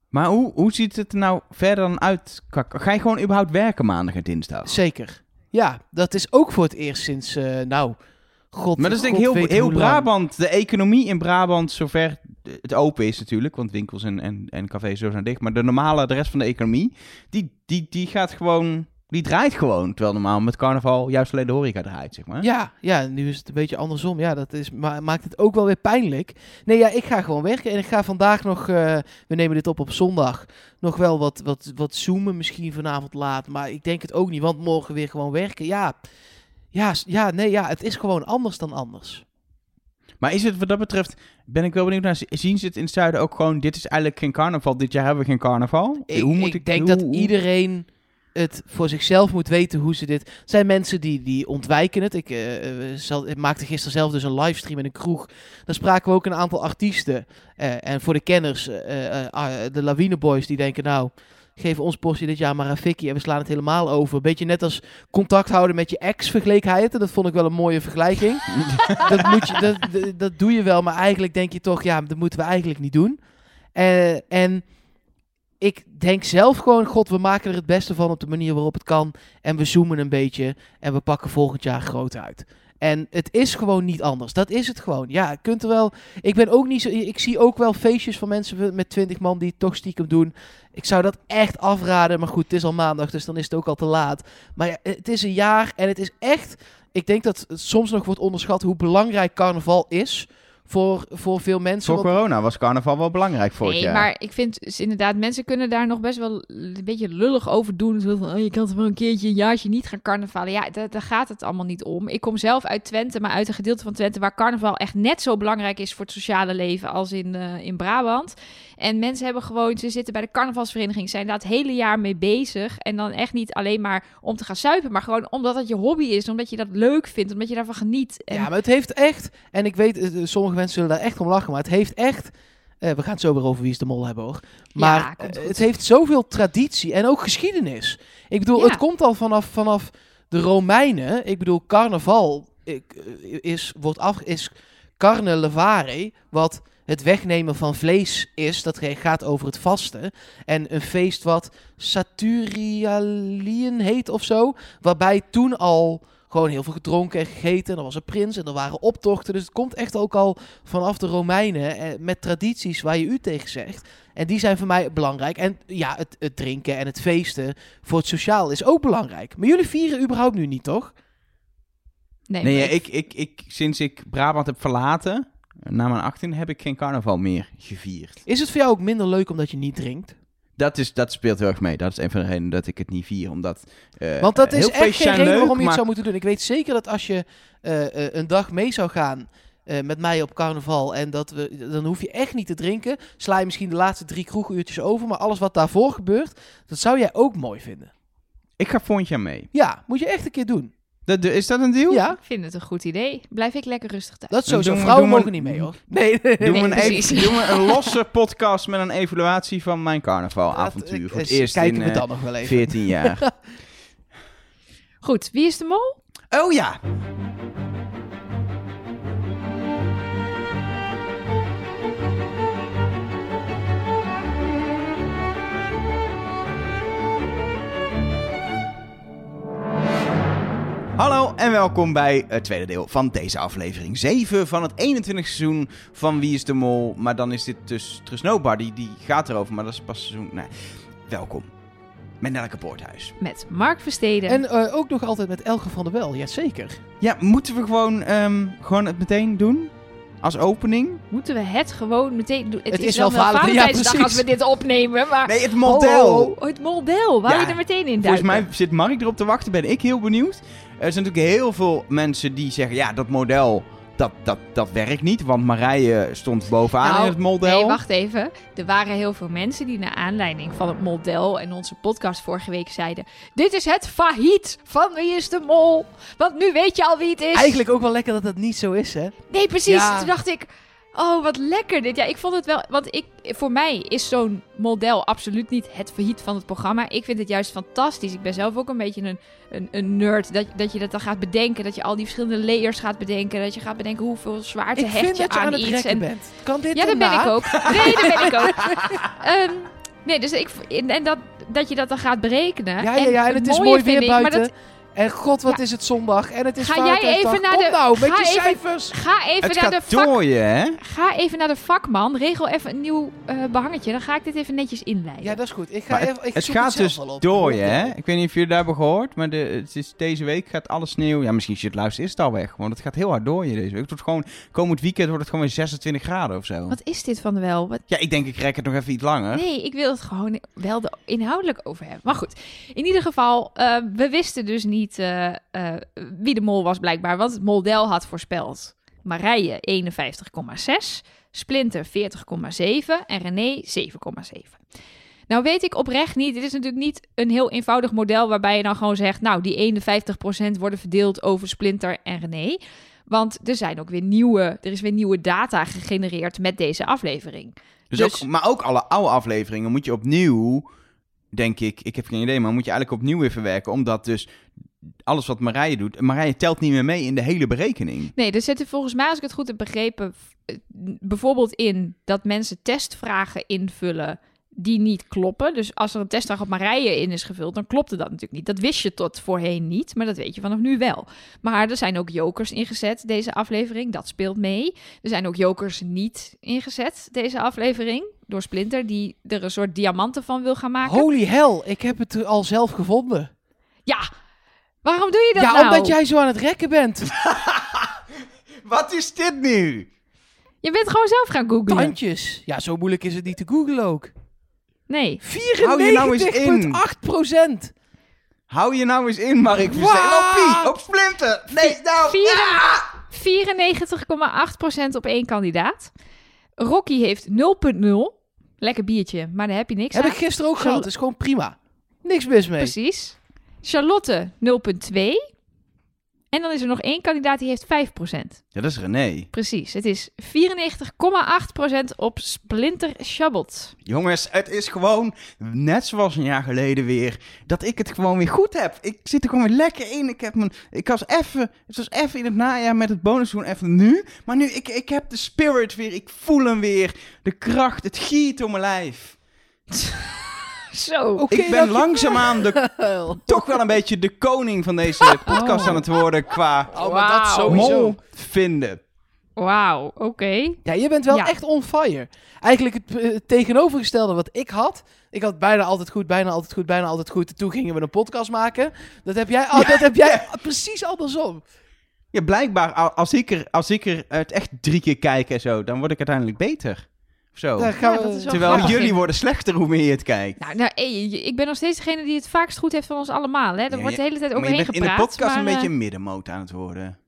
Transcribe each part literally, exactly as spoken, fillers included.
Maar hoe, hoe ziet het er nou verder dan uit? Ga je gewoon überhaupt werken maandag en dinsdag? Zeker. Ja, dat is ook voor het eerst sinds, uh, nou, god Maar dat is denk ik heel, heel Brabant. De economie in Brabant, zover het open is natuurlijk, want winkels en, en, en cafés zo zijn dicht. Maar de normale, de rest van de economie, die, die, die gaat gewoon, die draait gewoon. Terwijl normaal met carnaval juist alleen de horeca draait, zeg maar. Ja, ja, nu is het een beetje andersom. Ja, dat is, ma- maakt het ook wel weer pijnlijk. Nee, ja, ik ga gewoon werken en ik ga vandaag nog, uh, we nemen dit op op zondag, nog wel wat, wat, wat zoomen, misschien vanavond laat. Maar ik denk het ook niet, want morgen weer gewoon werken. Ja, ja, ja, nee, ja, het is gewoon anders dan anders. Maar is het wat dat betreft, ben ik wel benieuwd naar, zien ze het in het zuiden ook gewoon, dit is eigenlijk geen carnaval, dit jaar hebben we geen carnaval? Ik, hoe moet ik, ik denk hoe, dat hoe? iedereen het voor zichzelf moet weten hoe ze dit... Er zijn mensen die, die ontwijken het. Ik, uh, zal, ik maakte gisteren zelf dus een livestream in een kroeg. Daar spraken we ook een aantal artiesten. Uh, en voor de kenners, uh, uh, uh, de Lawine Boys, die denken nou... Geef ons portie dit jaar maar een fikkie en we slaan het helemaal over. Beetje net als contact houden met je ex, vergeleek hij het. En dat vond ik wel een mooie vergelijking. dat, moet je, dat, dat, dat doe je wel, maar eigenlijk denk je toch... Ja, dat moeten we eigenlijk niet doen. Uh, en ik denk zelf gewoon... God, we maken er het beste van op de manier waarop het kan. En we zoomen een beetje. En we pakken volgend jaar groot uit. En het is gewoon niet anders. Dat is het gewoon. Ja, je kunt er wel... Ik ben ook niet zo... Ik zie ook wel feestjes van mensen met twintig man die het toch stiekem doen. Ik zou dat echt afraden. Maar goed, het is al maandag, dus dan is het ook al te laat. Maar ja, het is een jaar en het is echt... Ik denk dat het soms nog wordt onderschat hoe belangrijk carnaval is... Voor, voor veel mensen. Voor want... corona was carnaval wel belangrijk voor nee, het jaar. Maar ik vind dus inderdaad, mensen kunnen daar nog best wel een beetje lullig over doen. Zo van, oh, je kan toch wel een keertje een jaartje niet gaan carnavalen. Ja, daar, daar gaat het allemaal niet om. Ik kom zelf uit Twente, maar uit een gedeelte van Twente... waar carnaval echt net zo belangrijk is voor het sociale leven als in, uh, in Brabant. En mensen hebben gewoon, ze zitten bij de carnavalsvereniging... zijn daar het hele jaar mee bezig. En dan echt niet alleen maar om te gaan zuipen... maar gewoon omdat het je hobby is, omdat je dat leuk vindt... omdat je daarvan geniet. En... Ja, maar het heeft echt... En ik weet, uh, sommige mensen zullen daar echt om lachen... maar het heeft echt... Uh, we gaan het zo weer over Wie is de Mol hebben, hoor. Maar ja, uh, het heeft zoveel traditie en ook geschiedenis. Ik bedoel, ja. het komt al vanaf, vanaf de Romeinen. Ik bedoel, carnaval ik, is, wordt af, is carne levare... wat... het wegnemen van vlees is, dat gaat over het vasten. En een feest wat Saturialien heet of zo. Waarbij toen al gewoon heel veel gedronken en gegeten. En er was een prins en er waren optochten. Dus het komt echt ook al vanaf de Romeinen. Eh, met tradities waar je u tegen zegt. En die zijn voor mij belangrijk. En ja, het, het drinken en het feesten voor het sociaal is ook belangrijk. Maar jullie vieren überhaupt nu niet, toch? Nee, nee ik... Ik, ik, ik, sinds ik Brabant heb verlaten... na mijn achttien heb ik geen carnaval meer gevierd. Is het voor jou ook minder leuk omdat je niet drinkt? Dat, is, dat speelt heel erg mee. Dat is een van de redenen dat ik het niet vier. Omdat, uh, Want dat is echt geen reden leuk, waarom je maar... het zou moeten doen. Ik weet zeker dat als je uh, uh, een dag mee zou gaan uh, met mij op carnaval... en dat we, dan hoef je echt niet te drinken. Sla je misschien de laatste drie kroeguurtjes over... maar alles wat daarvoor gebeurt, dat zou jij ook mooi vinden. Ik ga volgend jaar mee. Ja, moet je echt een keer doen. De, de, is dat een deal? Ja. Ik vind het een goed idee. Blijf ik lekker rustig thuis. Dat is sowieso. Doen we- Vrouwen doen we- mogen niet mee, hoor. Nee, nee, Doen we, Nee, een precies. even, doen we een losse podcast met een evaluatie van mijn Dat- carnavalavontuur. Voor het eens eerst kijken in we uh, dan nog wel even. veertien jaar. Goed, wie is de mol? Oh ja! Hallo en welkom bij het tweede deel van deze aflevering zeven van het eenentwintigste seizoen van Wie is de Mol. Maar dan is dit dus Trust Nobody, die gaat erover, maar dat is pas seizoen... Nee. Welkom. Met Nelleke Poorthuis. Met Mark Versteden. En uh, ook nog altijd met Elge van der Wel, jazeker. Ja, moeten we gewoon, um, gewoon het meteen doen? Als opening? Moeten we het gewoon meteen doen? Het, Het is, is wel wel een Valentijn- ja, Valentijnsdag precies. als we dit opnemen, maar... Nee, het model! Oh, oh, het model. Wou Ja, je er meteen in Volgens duiken? mij zit Mark erop te wachten, ben ik heel benieuwd. Er zijn natuurlijk heel veel mensen die zeggen, ja, dat model, dat, dat, dat werkt niet. Want Marije stond bovenaan Nou, in het model. Nee, wacht even. Er waren heel veel mensen die naar aanleiding van het model en onze podcast vorige week zeiden... Dit is het failliet van Wie is de Mol? Want nu weet je al wie het is. Eigenlijk ook wel lekker dat dat niet zo is, hè? Nee, precies. Ja. Toen dacht ik, oh, wat lekker dit. Ja, ik vond het wel... Want ik, voor mij is zo'n model absoluut niet het failliet van het programma. Ik vind het juist fantastisch. Ik ben zelf ook een beetje een, een, een nerd. Dat, dat je dat dan gaat bedenken. Dat je al die verschillende layers gaat bedenken. Dat je gaat bedenken hoeveel zwaarte Ik hecht vind je dat je aan, aan het iets. rekken En bent. Kan dit ja, dat ben erna? ik ook. Nee, dat ben ik ook. Um, Nee, dus ik... En dat, dat je dat dan gaat berekenen. Ja, ja, ja. En, en het is mooi weer buiten. Ik, En god, wat ja. is het zondag. En het is ga jij even naar Kom de, nou, met je even, cijfers. Ga even het naar gaat de vak... door je, hè? Ga even naar de vakman. Regel even een nieuw uh, behangetje. Dan ga ik dit even netjes inleiden. Ja, dat is goed. Ik ga even, het ik het zoek gaat het zelf dus wel op. door je, hè? Ik weet niet of jullie dat hebben gehoord, maar de, het is, deze week gaat alle sneeuw... Ja, misschien als je het luistert is het al weg. Want het gaat heel hard door je deze week. Het wordt gewoon, komend weekend wordt het gewoon weer zesentwintig graden of zo. Wat is dit van de wel? Wat... Ja, ik denk ik rek het nog even iets langer. Nee, ik wil het gewoon wel de inhoudelijk over hebben. Maar goed, in ieder geval, uh, we wisten dus niet uh, uh, wie de mol was blijkbaar. Want het model had voorspeld Marije eenenvijftig komma zes, Splinter veertig komma zeven en René zeven komma zeven. Nou weet ik oprecht niet, dit is natuurlijk niet een heel eenvoudig model waarbij je dan gewoon zegt, nou die eenenvijftig procent worden verdeeld over Splinter en René. Want er zijn ook weer nieuwe, er is weer nieuwe data gegenereerd met deze aflevering. Dus Dus- ook, maar ook alle oude afleveringen moet je opnieuw, denk ik, ik heb geen idee, maar moet je eigenlijk opnieuw weer verwerken. Omdat dus alles wat Marije doet, Marije telt niet meer mee in de hele berekening. Nee, er zitten volgens mij, als ik het goed heb begrepen, v- bijvoorbeeld in dat mensen testvragen invullen die niet kloppen. Dus als er een testvraag op Marije in is gevuld, dan klopte dat natuurlijk niet. Dat wist je tot voorheen niet, maar dat weet je vanaf nu wel. Maar er zijn ook jokers ingezet, deze aflevering. Dat speelt mee. Er zijn ook jokers niet ingezet, deze aflevering. Door Splinter, die er een soort diamanten van wil gaan maken. Holy hell, ik heb het al zelf gevonden. Ja, waarom doe je dat ja, nou? omdat jij zo aan het rekken bent. Wat is dit nu? Je bent gewoon zelf gaan googlen. Tandjes. Ja, zo moeilijk is het niet te googlen ook. Nee. Hou je nou eens in. vierennegentig komma acht procent. Hou je nou eens in, Mark Verstegen. Wat? Op Pie, op Splinter. Nee, nou. Vier- vierennegentig komma acht procent op één kandidaat. Rocky heeft nul komma nul. Lekker biertje, maar daar heb je niks Heb aan. ik gisteren ook Zo- gehad. Dat is gewoon prima. Niks mis mee. Precies. Charlotte nul komma twee. En dan is er nog één kandidaat die heeft vijf procent. Ja, dat is René. Precies. Het is vierennegentig komma acht procent op Splinter Chabot. Jongens, het is gewoon, net zoals een jaar geleden weer, dat ik het gewoon weer goed heb. Ik zit er gewoon weer lekker in. Ik heb mijn, ik was even, het was even in het najaar met het bonusdoen, even nu. Maar nu, ik, ik heb de spirit weer, ik voel hem weer. De kracht, het giet om mijn lijf. Zo. Oké, Ik ben dankjewel. langzaamaan de, toch wel een beetje de koning van deze podcast Oh. aan het worden qua Oh, maar dat Wauw. sowieso. mol vinden. Wauw, oké. Ja, je bent wel Ja. echt on fire. Eigenlijk het, eh, het tegenovergestelde wat ik had. Ik had bijna altijd goed, bijna altijd goed, bijna altijd goed. En toen gingen we een podcast maken. Dat heb jij, al, dat heb jij precies andersom. Ja, blijkbaar, a- als ik, er, als ik er het echt drie keer kijk en zo, dan word ik uiteindelijk beter. Of zo. Daar gaan Ja, we- dat is wel Terwijl grappig. jullie worden slechter hoe meer je het kijkt. Nou, nou hey, ik ben nog steeds degene die het vaakst goed heeft van ons allemaal. Hè? Er Ja, wordt de je- hele tijd Maar je overheen bent in de gepraat. podcast maar, een beetje eh, een middenmoot aan het worden.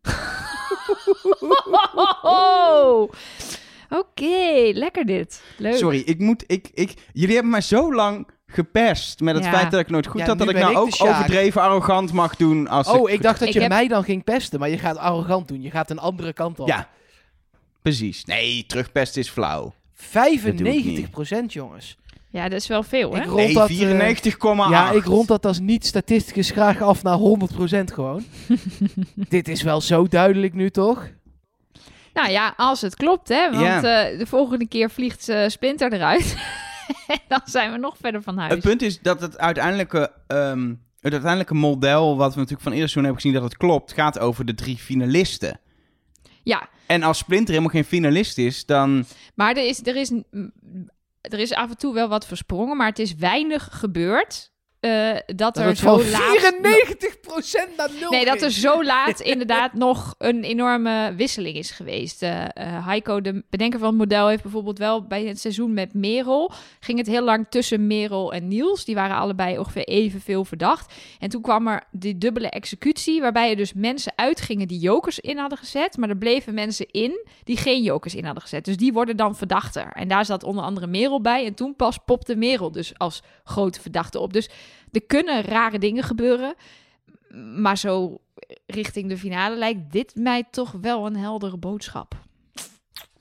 Oh, oké, lekker dit. Leuk. Sorry, ik moet, ik, ik, jullie hebben mij zo lang gepest met het Ja. feit dat ik nooit goed Ja, had, nu dat ik ben nou ik ook de Sjaak. overdreven arrogant mag doen als Oh, ik dacht dat Ik je heb- mij dan ging pesten. Maar je gaat arrogant doen. Je gaat een andere kant op. Ja, precies. Nee, terugpesten is flauw. vijfennegentig procent, jongens. Ja, dat is wel veel, hè? Ik rond Nee, dat, eh, vierennegentig komma acht. Ja, ik rond dat als niet-statisticus graag af naar honderd procent gewoon. Dit is wel zo duidelijk nu, toch? Nou ja, als het klopt, hè? Want Ja. eh, de volgende keer vliegt eh, Splinter eruit. Dan zijn we nog verder van huis. Het punt is dat het uiteindelijke, ehm, het uiteindelijke model, wat we natuurlijk van eerder seizoen hebben gezien dat het klopt, gaat over de drie finalisten. Ja, En als Splinter helemaal geen finalist is, dan... maar er is, er, is, er is af en toe wel wat versprongen, maar het is weinig gebeurd eh, dat, Dat er het zo van laat... vierennegentig procent naar nul Nee, dat ging. er zo laat inderdaad nog een enorme wisseling is geweest. Eh eh, Heiko, de bedenker van het model, heeft bijvoorbeeld wel bij het seizoen met Merel, ging het heel lang tussen Merel en Niels. Die waren allebei ongeveer evenveel verdacht. En toen kwam er die dubbele executie, waarbij er dus mensen uitgingen die jokers in hadden gezet, maar er bleven mensen in die geen jokers in hadden gezet. Dus die worden dan verdachter. En daar zat onder andere Merel bij. En toen pas popte Merel dus als grote verdachte op. Dus er kunnen rare dingen gebeuren. Maar zo richting de finale lijkt dit mij toch wel een heldere boodschap.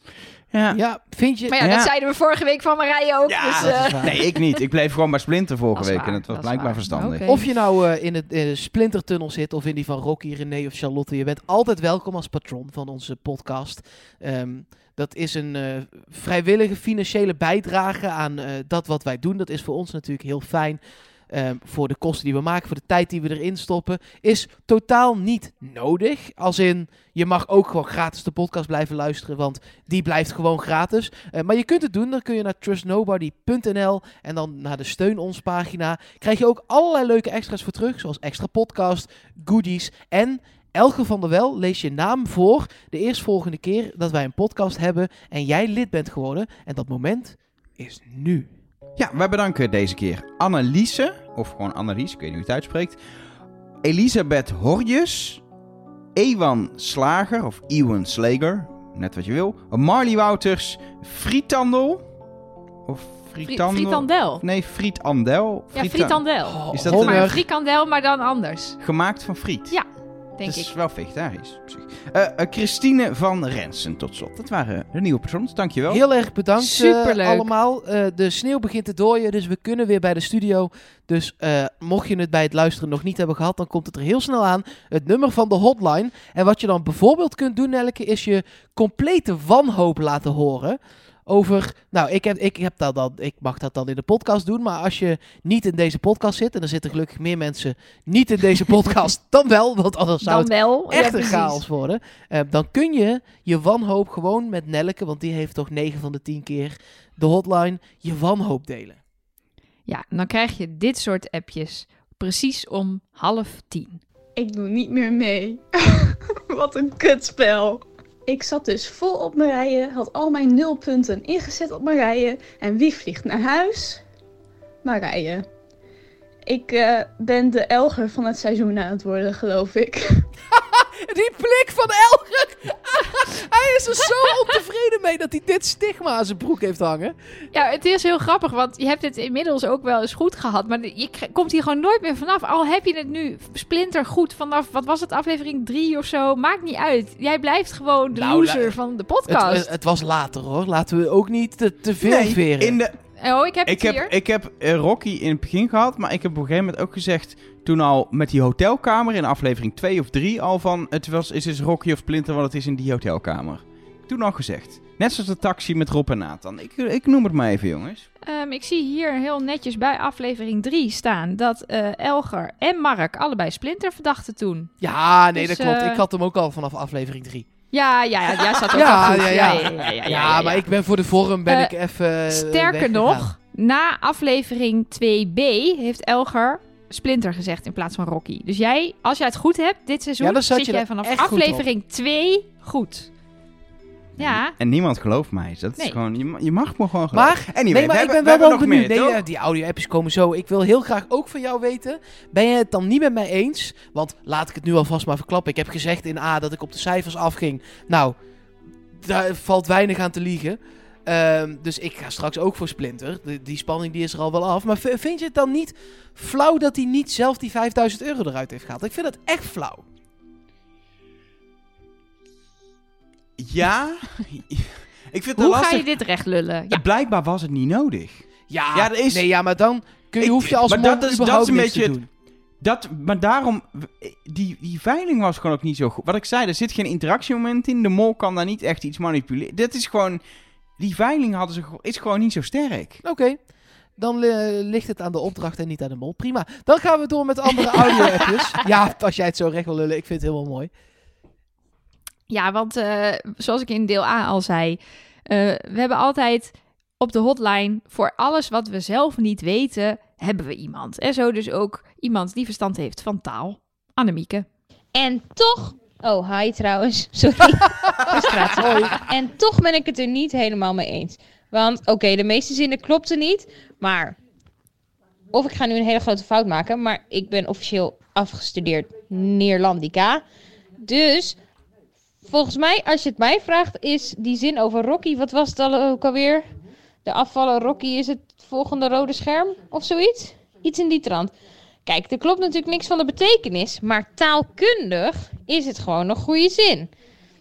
Ja. Ja, vind je... Maar ja, Ja. dat zeiden we vorige week van Marije ook. Ja, dus, dat eh, is waar. Nee, ik niet. Ik bleef gewoon bij Splinter vorige Dat is week en waar, het was dat is blijkbaar waar. verstandig. Oké. Of je nou uh, in, het, in de splintertunnel zit of in die van Rocky, René of Charlotte. Je bent altijd welkom als patron van onze podcast. Um, dat is een uh, vrijwillige financiële bijdrage aan uh, dat wat wij doen. Dat is voor ons natuurlijk heel fijn. Um, voor de kosten die we maken, voor de tijd die we erin stoppen, is totaal niet nodig. Als in, je mag ook gewoon gratis de podcast blijven luisteren, want die blijft gewoon gratis. Uh, maar je kunt het doen, dan kun je naar trust nobody punt n l en dan naar de Steun Ons pagina. Krijg je ook allerlei leuke extra's voor terug, zoals extra podcast, goodies en... Elke van der Wel lees je naam voor de eerstvolgende keer dat wij een podcast hebben en jij lid bent geworden. En dat moment is nu. Ja, wij bedanken deze keer Anneliese, of gewoon Annelies, ik weet niet hoe je het uitspreekt. Elisabeth Horjes, Ewan Slager, of Ewan Slager, net wat je wil. Marley Wouters, Frietandel, of Frietandel? Frietandel. Nee, Frietandel. Ja, Frieta- Frietandel. Oh, Is dat Zeg een- maar frikandel, maar dan anders, Gemaakt van friet. Ja, denk Het is ik. wel vegetarisch op zich. Uh, uh, Christine van Rensen, tot slot. Dat waren de nieuwe patrons, dankjewel. Heel erg bedankt uh, Superleuk. allemaal. Uh, de sneeuw begint te dooien, dus we kunnen weer bij de studio. Dus uh, mocht je het bij het luisteren nog niet hebben gehad, dan komt het er heel snel aan. Het nummer van de hotline. En wat je dan bijvoorbeeld kunt doen, Nelleke, is je complete wanhoop laten horen. Over, nou, ik, heb, ik, heb dat dan, ik mag dat dan in de podcast doen, maar als je niet in deze podcast zit, en er zitten gelukkig meer mensen niet in deze podcast dan wel, want anders zou Dan het wel. echt Ja, een precies. chaos worden. Uh, dan kun je je wanhoop gewoon met Nelleke, want die heeft toch negen van de tien keer de hotline, je wanhoop delen. Ja, dan krijg je dit soort appjes precies om half tien. Ik doe niet meer mee. Wat een kutspel. Ik zat dus vol op mijn rijen, had al mijn nulpunten ingezet op mijn rijen. En wie vliegt naar huis? Marije. Ik uh, ben de Elger van het seizoen aan het worden, geloof ik. Die blik van Elger! Hij is er zo ontevreden mee dat hij dit stigma aan zijn broek heeft hangen. Ja, het is heel grappig, want je hebt het inmiddels ook wel eens goed gehad. Maar je k- komt hier gewoon nooit meer vanaf. Al heb je het nu splinter goed vanaf, wat was het, aflevering drie of zo. Maakt niet uit. Jij blijft gewoon de Nou, loser la- van de Het, podcast. het, het was later hoor. Laten we ook niet te, te veel Nee, veren. in de, oh, ik heb ik, het heb, hier. ik heb uh, Rocky in het begin gehad, maar ik heb op een gegeven moment ook gezegd, toen al met die hotelkamer in aflevering twee of drie al van, het was, is het Rocky of Splinter, want het is in die hotelkamer. Toen al gezegd. Net zoals de taxi met Rob en Nathan. Ik, ik noem het maar even, jongens. Um, ik zie hier heel netjes bij aflevering drie staan dat uh, Elger en Mark allebei Splinter verdachten toen. Ja, nee, Dus, dat klopt. uh, Ik had hem ook al vanaf aflevering drie. Ja, ja, ja, jij zat ook Ja, al goed. ja, ja. ja, ja, ja, ja, Ja, ja, maar ja. ik ben voor de vorm ben Uh, ik even uh, Sterker weggegaan. nog, na aflevering twee b heeft Elger Splinter gezegd in plaats van Rocky. Dus jij, als jij het goed hebt dit seizoen, Ja, dan zat zit je jij er vanaf echt goed aflevering twee goed. Ja. En niemand gelooft mij. Dat is Nee. gewoon, je, ma- je mag me gewoon geloven. Maar, Anyway, nee, maar we ik hebben, ben we wel hebben wel nog benieuwd. meer, Nee, toch? ja, die audio-appjes komen zo. Ik wil heel graag ook van jou weten. Ben je het dan niet met mij eens? Want laat ik het nu alvast maar verklappen. Ik heb gezegd in A dat ik op de cijfers afging. Nou, daar valt weinig aan te liegen. Ehm, dus ik ga straks ook voor Splinter. De, die spanning die is er al wel af. Maar v- vind je het dan niet flauw dat hij niet zelf die vijfduizend euro eruit heeft gehaald? Ik vind het echt flauw. Ja. Ik vind het Hoe lastig. ga je dit recht lullen? Ja. Blijkbaar was het niet nodig. Ja, Ja, er is- nee, ja, maar dan kun je, Ik- hoef je als maar man dat is- dat überhaupt is een niks te beetje doen. Dat, maar daarom, die, die veiling was gewoon ook niet zo goed. Wat ik zei, er zit geen interactiemoment in. De mol kan daar niet echt iets manipuleren. Dit is gewoon, die veiling hadden ze, is gewoon niet zo sterk. Oké, dan li- ligt het aan de opdracht en niet aan de mol. Prima. Dan gaan we door met andere audio-appjes. Ja, als jij het zo recht wil lullen, ik vind het helemaal mooi. Ja, want uh, zoals ik in deel A al zei, uh, we hebben altijd op de hotline voor alles wat we zelf niet weten, hebben we iemand. En zo dus ook iemand die verstand heeft van taal. Annemieke. En toch... Oh, hi trouwens. Sorry. Frustratie. Hoi. En toch ben ik het er niet helemaal mee eens. Want oké, okay, de meeste zinnen klopten niet. Maar... Of ik ga nu een hele grote fout maken. Maar ik ben officieel afgestudeerd Neerlandica. Dus... Volgens mij, als je het mij vraagt, is die zin over Rocky... Wat was het al ook alweer? De afvallen Rocky is het volgende rode scherm of zoiets? Iets in die trant. Kijk, er klopt natuurlijk niks van de betekenis. Maar taalkundig is het gewoon een goede zin.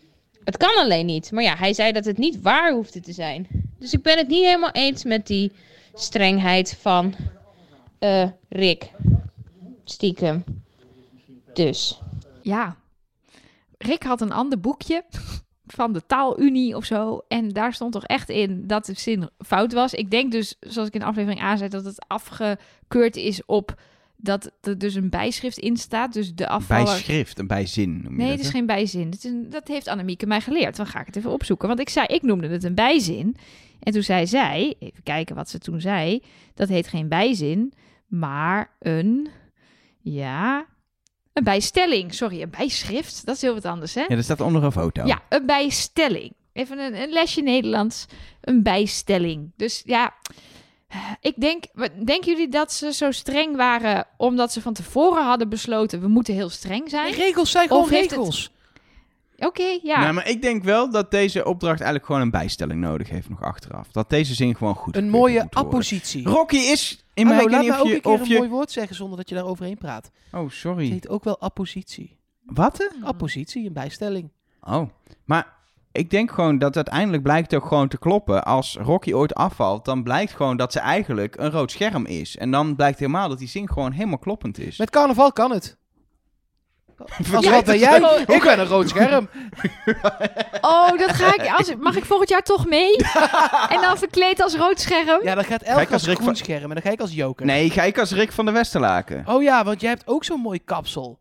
Het kan alleen niet. Maar ja, hij zei dat het niet waar hoefde te zijn. Dus ik ben het niet helemaal eens met die strengheid van uh, Rick. Stiekem. Dus. Ja. Rick had een ander boekje van de Taalunie of zo. En daar stond toch echt in dat de zin fout was. Ik denk dus, zoals ik in de aflevering aanzet, dat het afgekeurd is op dat er dus een bijschrift in staat. Dus de afvaller... Bijschrift, een bijzin noem je Nee, dat, het is hè? geen bijzin. Het is een, dat heeft Annemieke mij geleerd. Dan ga ik het even opzoeken. Want ik zei, ik noemde het een bijzin. En toen zei zij, even kijken wat ze toen zei. Dat heet geen bijzin, maar een, ja, een bijstelling. Sorry, een bijschrift. Dat is heel wat anders, hè? Ja, er staat onder een foto. Ja, een bijstelling. Even een, een lesje Nederlands. Een bijstelling. Dus ja, ik denk... Denken jullie dat ze zo streng waren omdat ze van tevoren hadden besloten we moeten heel streng zijn? De regels zijn gewoon Of heeft regels. Oké, okay, ja. Nou, maar ik denk wel dat deze opdracht eigenlijk gewoon een bijstelling nodig heeft nog achteraf. Dat deze zin gewoon goed Een gekeurd mooie moet worden. appositie. Rocky is... In Hallo, mijn laat idee me of ook je, een keer of een je... mooi woord zeggen zonder dat je daar overheen praat. Oh, Het sorry. heet ook wel appositie. Wat? hè? Appositie, een bijstelling. Oh, maar ik denk gewoon dat uiteindelijk blijkt ook gewoon te kloppen. Als Rocky ooit afvalt, dan blijkt gewoon dat ze eigenlijk een rood scherm is. En dan blijkt helemaal dat die zin gewoon helemaal kloppend is. Met carnaval kan het. Als Verkijk wat ben het jij? zo. Ik ben een rood scherm. Oh, dat ga ik... Als, mag ik volgend jaar toch mee? En dan verkleed als rood scherm? Ja, dan gaat Kijk, elk als als Rick groen van- scherm en dan ga ik als joker. Nee, ga ik als Rick van der Westerlaken. Oh ja, want jij hebt ook zo'n mooi kapsel.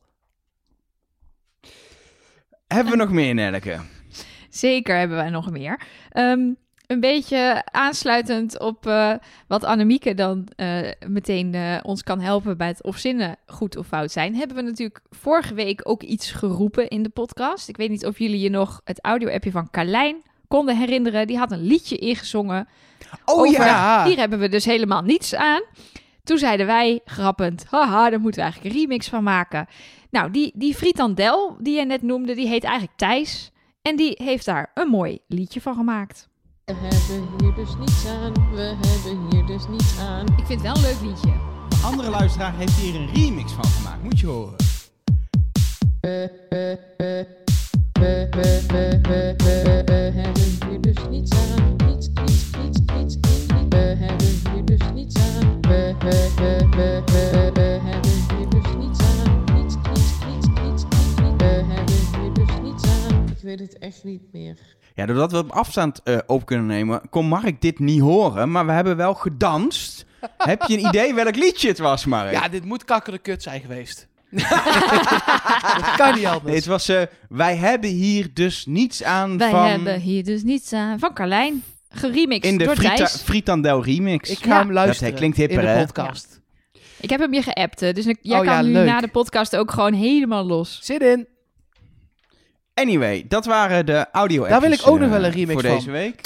Hebben we nog meer, Nelleke? Zeker hebben wij nog meer. Um, een beetje aansluitend op uh, wat Annemieke dan uh, meteen uh, ons kan helpen bij het of zinnen goed of fout zijn, hebben we natuurlijk vorige week ook iets geroepen in de podcast. Ik weet niet of jullie je nog het audio-appje van Carlijn konden herinneren. Die had een liedje ingezongen. Oh over- ja. Hier hebben we dus helemaal niets aan. Toen zeiden wij, grappend, haha, daar moeten we eigenlijk een remix van maken. Nou, die, die Frietandel die je net noemde, die heet eigenlijk Thijs. En die heeft daar een mooi liedje van gemaakt. We hebben hier dus niets aan, we hebben hier dus niets aan. Ik vind het wel een leuk liedje. Een andere luisteraar heeft hier een remix van gemaakt. Moet je horen. We, we, we, we, we, we, we, we, we hebben hier dus niets aan. Niets, niets, niets, niets, niets. We hebben hier dus niets aan. We, we, we, we, we, we hebben hier dus niets aan. Niets, niets, niets, niets, niets. We hebben hier dus niets aan. Ik weet het echt niet meer. Ja, doordat we op afstand uh, op kunnen nemen, kon Mark dit niet horen. Maar we hebben wel gedanst. Heb je een idee welk liedje het was, Mark? Ja, dit moet kakker de kut zijn geweest. Dat kan niet anders. Nee, het was... Uh, wij hebben hier dus niets aan Wij van... hebben hier dus niets aan. Van Carlijn. Geremixed In de door Frita- Thijs. Frietandel remix. Ik ga Ja. hem luisteren Dat klinkt hipper, in de hè? podcast. Ik heb hem je geappt. Dus ik- jij Oh kan ja, nu leuk. na de podcast ook gewoon helemaal los. Zit in. Anyway, dat waren de audio Daar wil ik ook nog wel een remix voor van. deze week.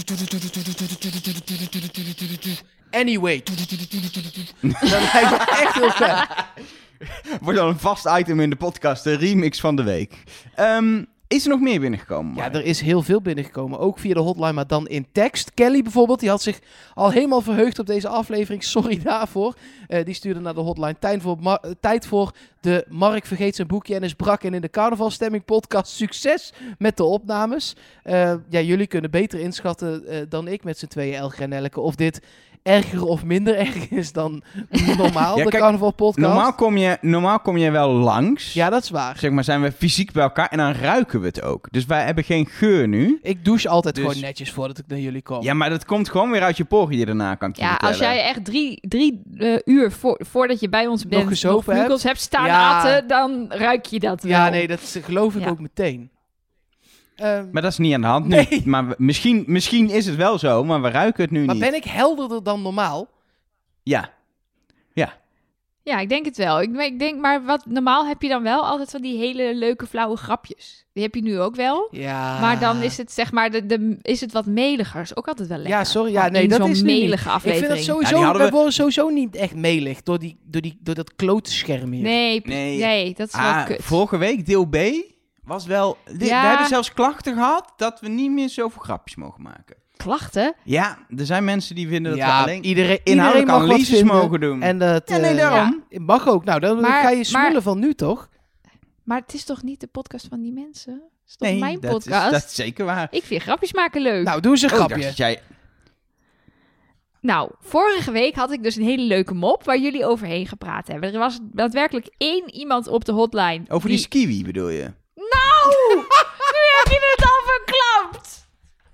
Anyway. Dat lijkt me echt heel vet. Wordt dan een vast item in de podcast, de remix van de week. Um, is er nog meer binnengekomen? Ja, Mark? er is heel veel binnengekomen. Ook via de hotline, maar dan in tekst. Kelly bijvoorbeeld, die had zich al helemaal verheugd op deze aflevering. Sorry daarvoor. Uh, die stuurde naar de hotline. Tijd voor, Ma- tijd voor de Mark vergeet zijn boekje en is brak. En in de carnavalstemming podcast succes met de opnames. Uh, ja, jullie kunnen beter inschatten uh, dan ik met z'n tweeën, Elger en Elke, of dit erger of minder erg is dan normaal, Ja, de kijk, carnaval podcast. Normaal kom, je, normaal kom je wel langs. Ja, dat is waar. Zeg maar, zijn we fysiek bij elkaar en dan ruiken we het ook. Dus wij hebben geen geur nu. Ik douche altijd Dus- gewoon netjes voordat ik naar jullie kom. Ja, maar dat komt gewoon weer uit je poriën je daarna, kan ik je Ja, als vertellen. jij echt drie, drie uh, uur voor, voordat je bij ons bent gezopen vleugels hebt staan Ja. aten, dan ruik je dat wel. Ja, nee, dat geloof ik Ja. ook meteen. Ehm, Maar dat is niet aan de hand nu. Nee. Maar we- misschien, misschien is het wel zo, maar we ruiken het nu maar niet. ben ik helderder dan normaal? Ja. Ja. Ja, ik denk het wel. Ik, ik denk, maar wat normaal heb je dan wel altijd van die hele leuke flauwe grapjes. Die heb je nu ook wel. Ja. Maar dan is het zeg maar, de, de, is het wat meliger. Is ook altijd wel lekker. Ja, sorry. Ja, Gewoon nee, in dat zo'n is nu niet. melige Ik aflevering. vind dat Ja, sowieso, die hadden wij we- worden sowieso niet echt melig door, die, door, die, door dat klote scherm hier. Nee, Nee. nee. dat is wel Ah, kut. vorige week, deel B, was wel... di- Ja. We hebben zelfs klachten gehad dat we niet meer zoveel grapjes mogen maken. Klachten? Ja, er zijn mensen die vinden dat we Ja, alleen iedereen, iedereen inhoudelijke mag wat analyses vinden. mogen doen. En dat, Ja, nee, eh, daarom. ja, mag ook. Nou, dan Maar- ga je smullen maar- van nu, toch? Maar het is toch niet de podcast van die mensen? is toch Nee, mijn dat podcast? is, dat is zeker waar. Ik vind grapjes maken leuk. Nou, Nou, doe eens een Oh, ik dacht grapje. dat jij... vorige week had ik dus een hele leuke mop waar jullie overheen gepraat hebben. Er was daadwerkelijk één iemand op de hotline. Over die skiwi bedoel je? Nou! Nu heb je het al verklapt!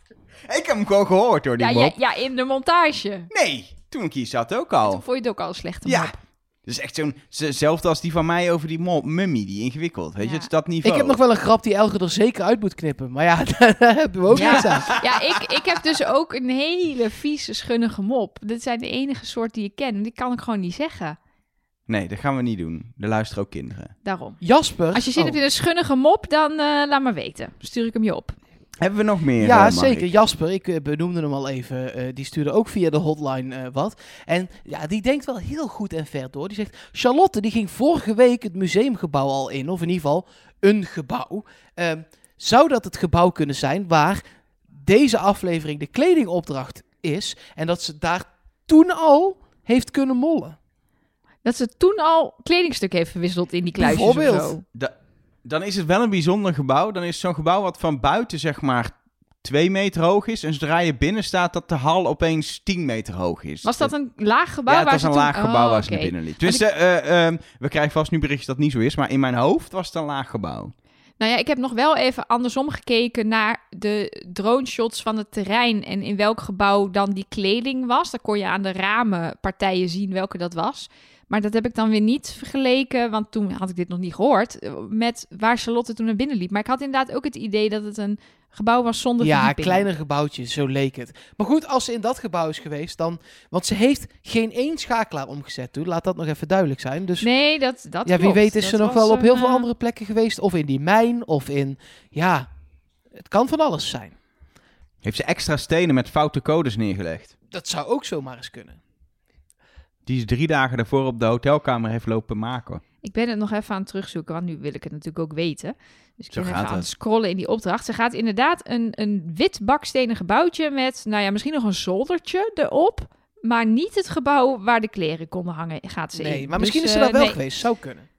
Ik heb hem gewoon gehoord door die Ja, mop. ja, ja, in de montage. Nee, toen ik hier zat ook al. Toen vond je het ook al een slechte Ja. mop. Dat is echt zo'n... Hetzelfde als die van mij over die mop, mummie, die ingewikkeld. Weet je, Ja. het is dat niveau. Ik heb nog wel een grap die Elger er zeker uit moet knippen. Maar ja, daar hebben we ook Ja. niks aan. Ja, ik, ik heb dus ook een hele vieze, schunnige mop. Dit zijn de enige soort die ik ken. Die kan ik gewoon niet zeggen. Nee, dat gaan we niet doen. Er luisteren ook kinderen. Daarom. Jasper. Als je zin Oh. hebt in een schunnige mop, dan eh, laat maar weten. Dan stuur ik hem je op. Hebben we nog meer? Ja, eh, Mark? zeker. Jasper, ik eh, benoemde hem al even. eh, die stuurde ook via de hotline eh, wat. En ja, die denkt wel heel goed en ver door. Die zegt, Charlotte, die ging vorige week het museumgebouw al in. Of in ieder geval een gebouw. Ehm, zou dat het gebouw kunnen zijn waar deze aflevering de kledingopdracht is? En dat ze daar toen al heeft kunnen mollen? Dat ze toen al kledingstuk heeft verwisseld in die kluisjes of Bijvoorbeeld. zo. Da- dan is het wel een bijzonder gebouw. Dan is het zo'n gebouw wat van buiten zeg maar twee meter hoog is. En zodra je binnen staat, dat de hal opeens tien meter hoog is. Was dat een laag gebouw? Ja, het waar was ze een toen... laag gebouw Oh, waar ze oké. naar binnen liep. Dus eh, eh, we krijgen vast nu berichtjes dat het niet zo is. Maar in mijn hoofd was het een laag gebouw. Nou ja, ik heb nog wel even andersom gekeken naar de drone shots van het terrein en in welk gebouw dan die kleding was. Dan kon je aan de ramenpartijen zien welke dat was. Maar dat heb ik dan weer niet vergeleken, want toen had ik dit nog niet gehoord, met waar Charlotte toen naar binnen liep. Maar ik had inderdaad ook het idee dat het een gebouw was zonder Ja, verdieping. kleiner gebouwtje, zo leek het. Maar goed, als ze in dat gebouw is geweest, dan... Want ze heeft geen één schakelaar omgezet toen. Laat dat nog even duidelijk zijn. Dus Nee, dat, dat ja, wie klopt. weet is Dat ze nog was wel op heel een, veel eh, andere plekken geweest. Of in die mijn, of in... Ja, het kan van alles zijn. Heeft ze extra stenen met foute codes neergelegd. Dat zou ook zomaar eens kunnen. Die ze drie dagen daarvoor op de hotelkamer heeft lopen maken. Ik ben het nog even aan het terugzoeken, want nu wil ik het natuurlijk ook weten. Dus ik Zo ben gaat even aan het. het scrollen in die opdracht. Ze gaat inderdaad een, een wit bakstenen gebouwtje met, nou ja, misschien nog een zoldertje erop. Maar niet het gebouw waar de kleren konden hangen, gaat ze in. Nee, maar Dus, misschien is ze eh, daar wel nee. geweest. Zou kunnen.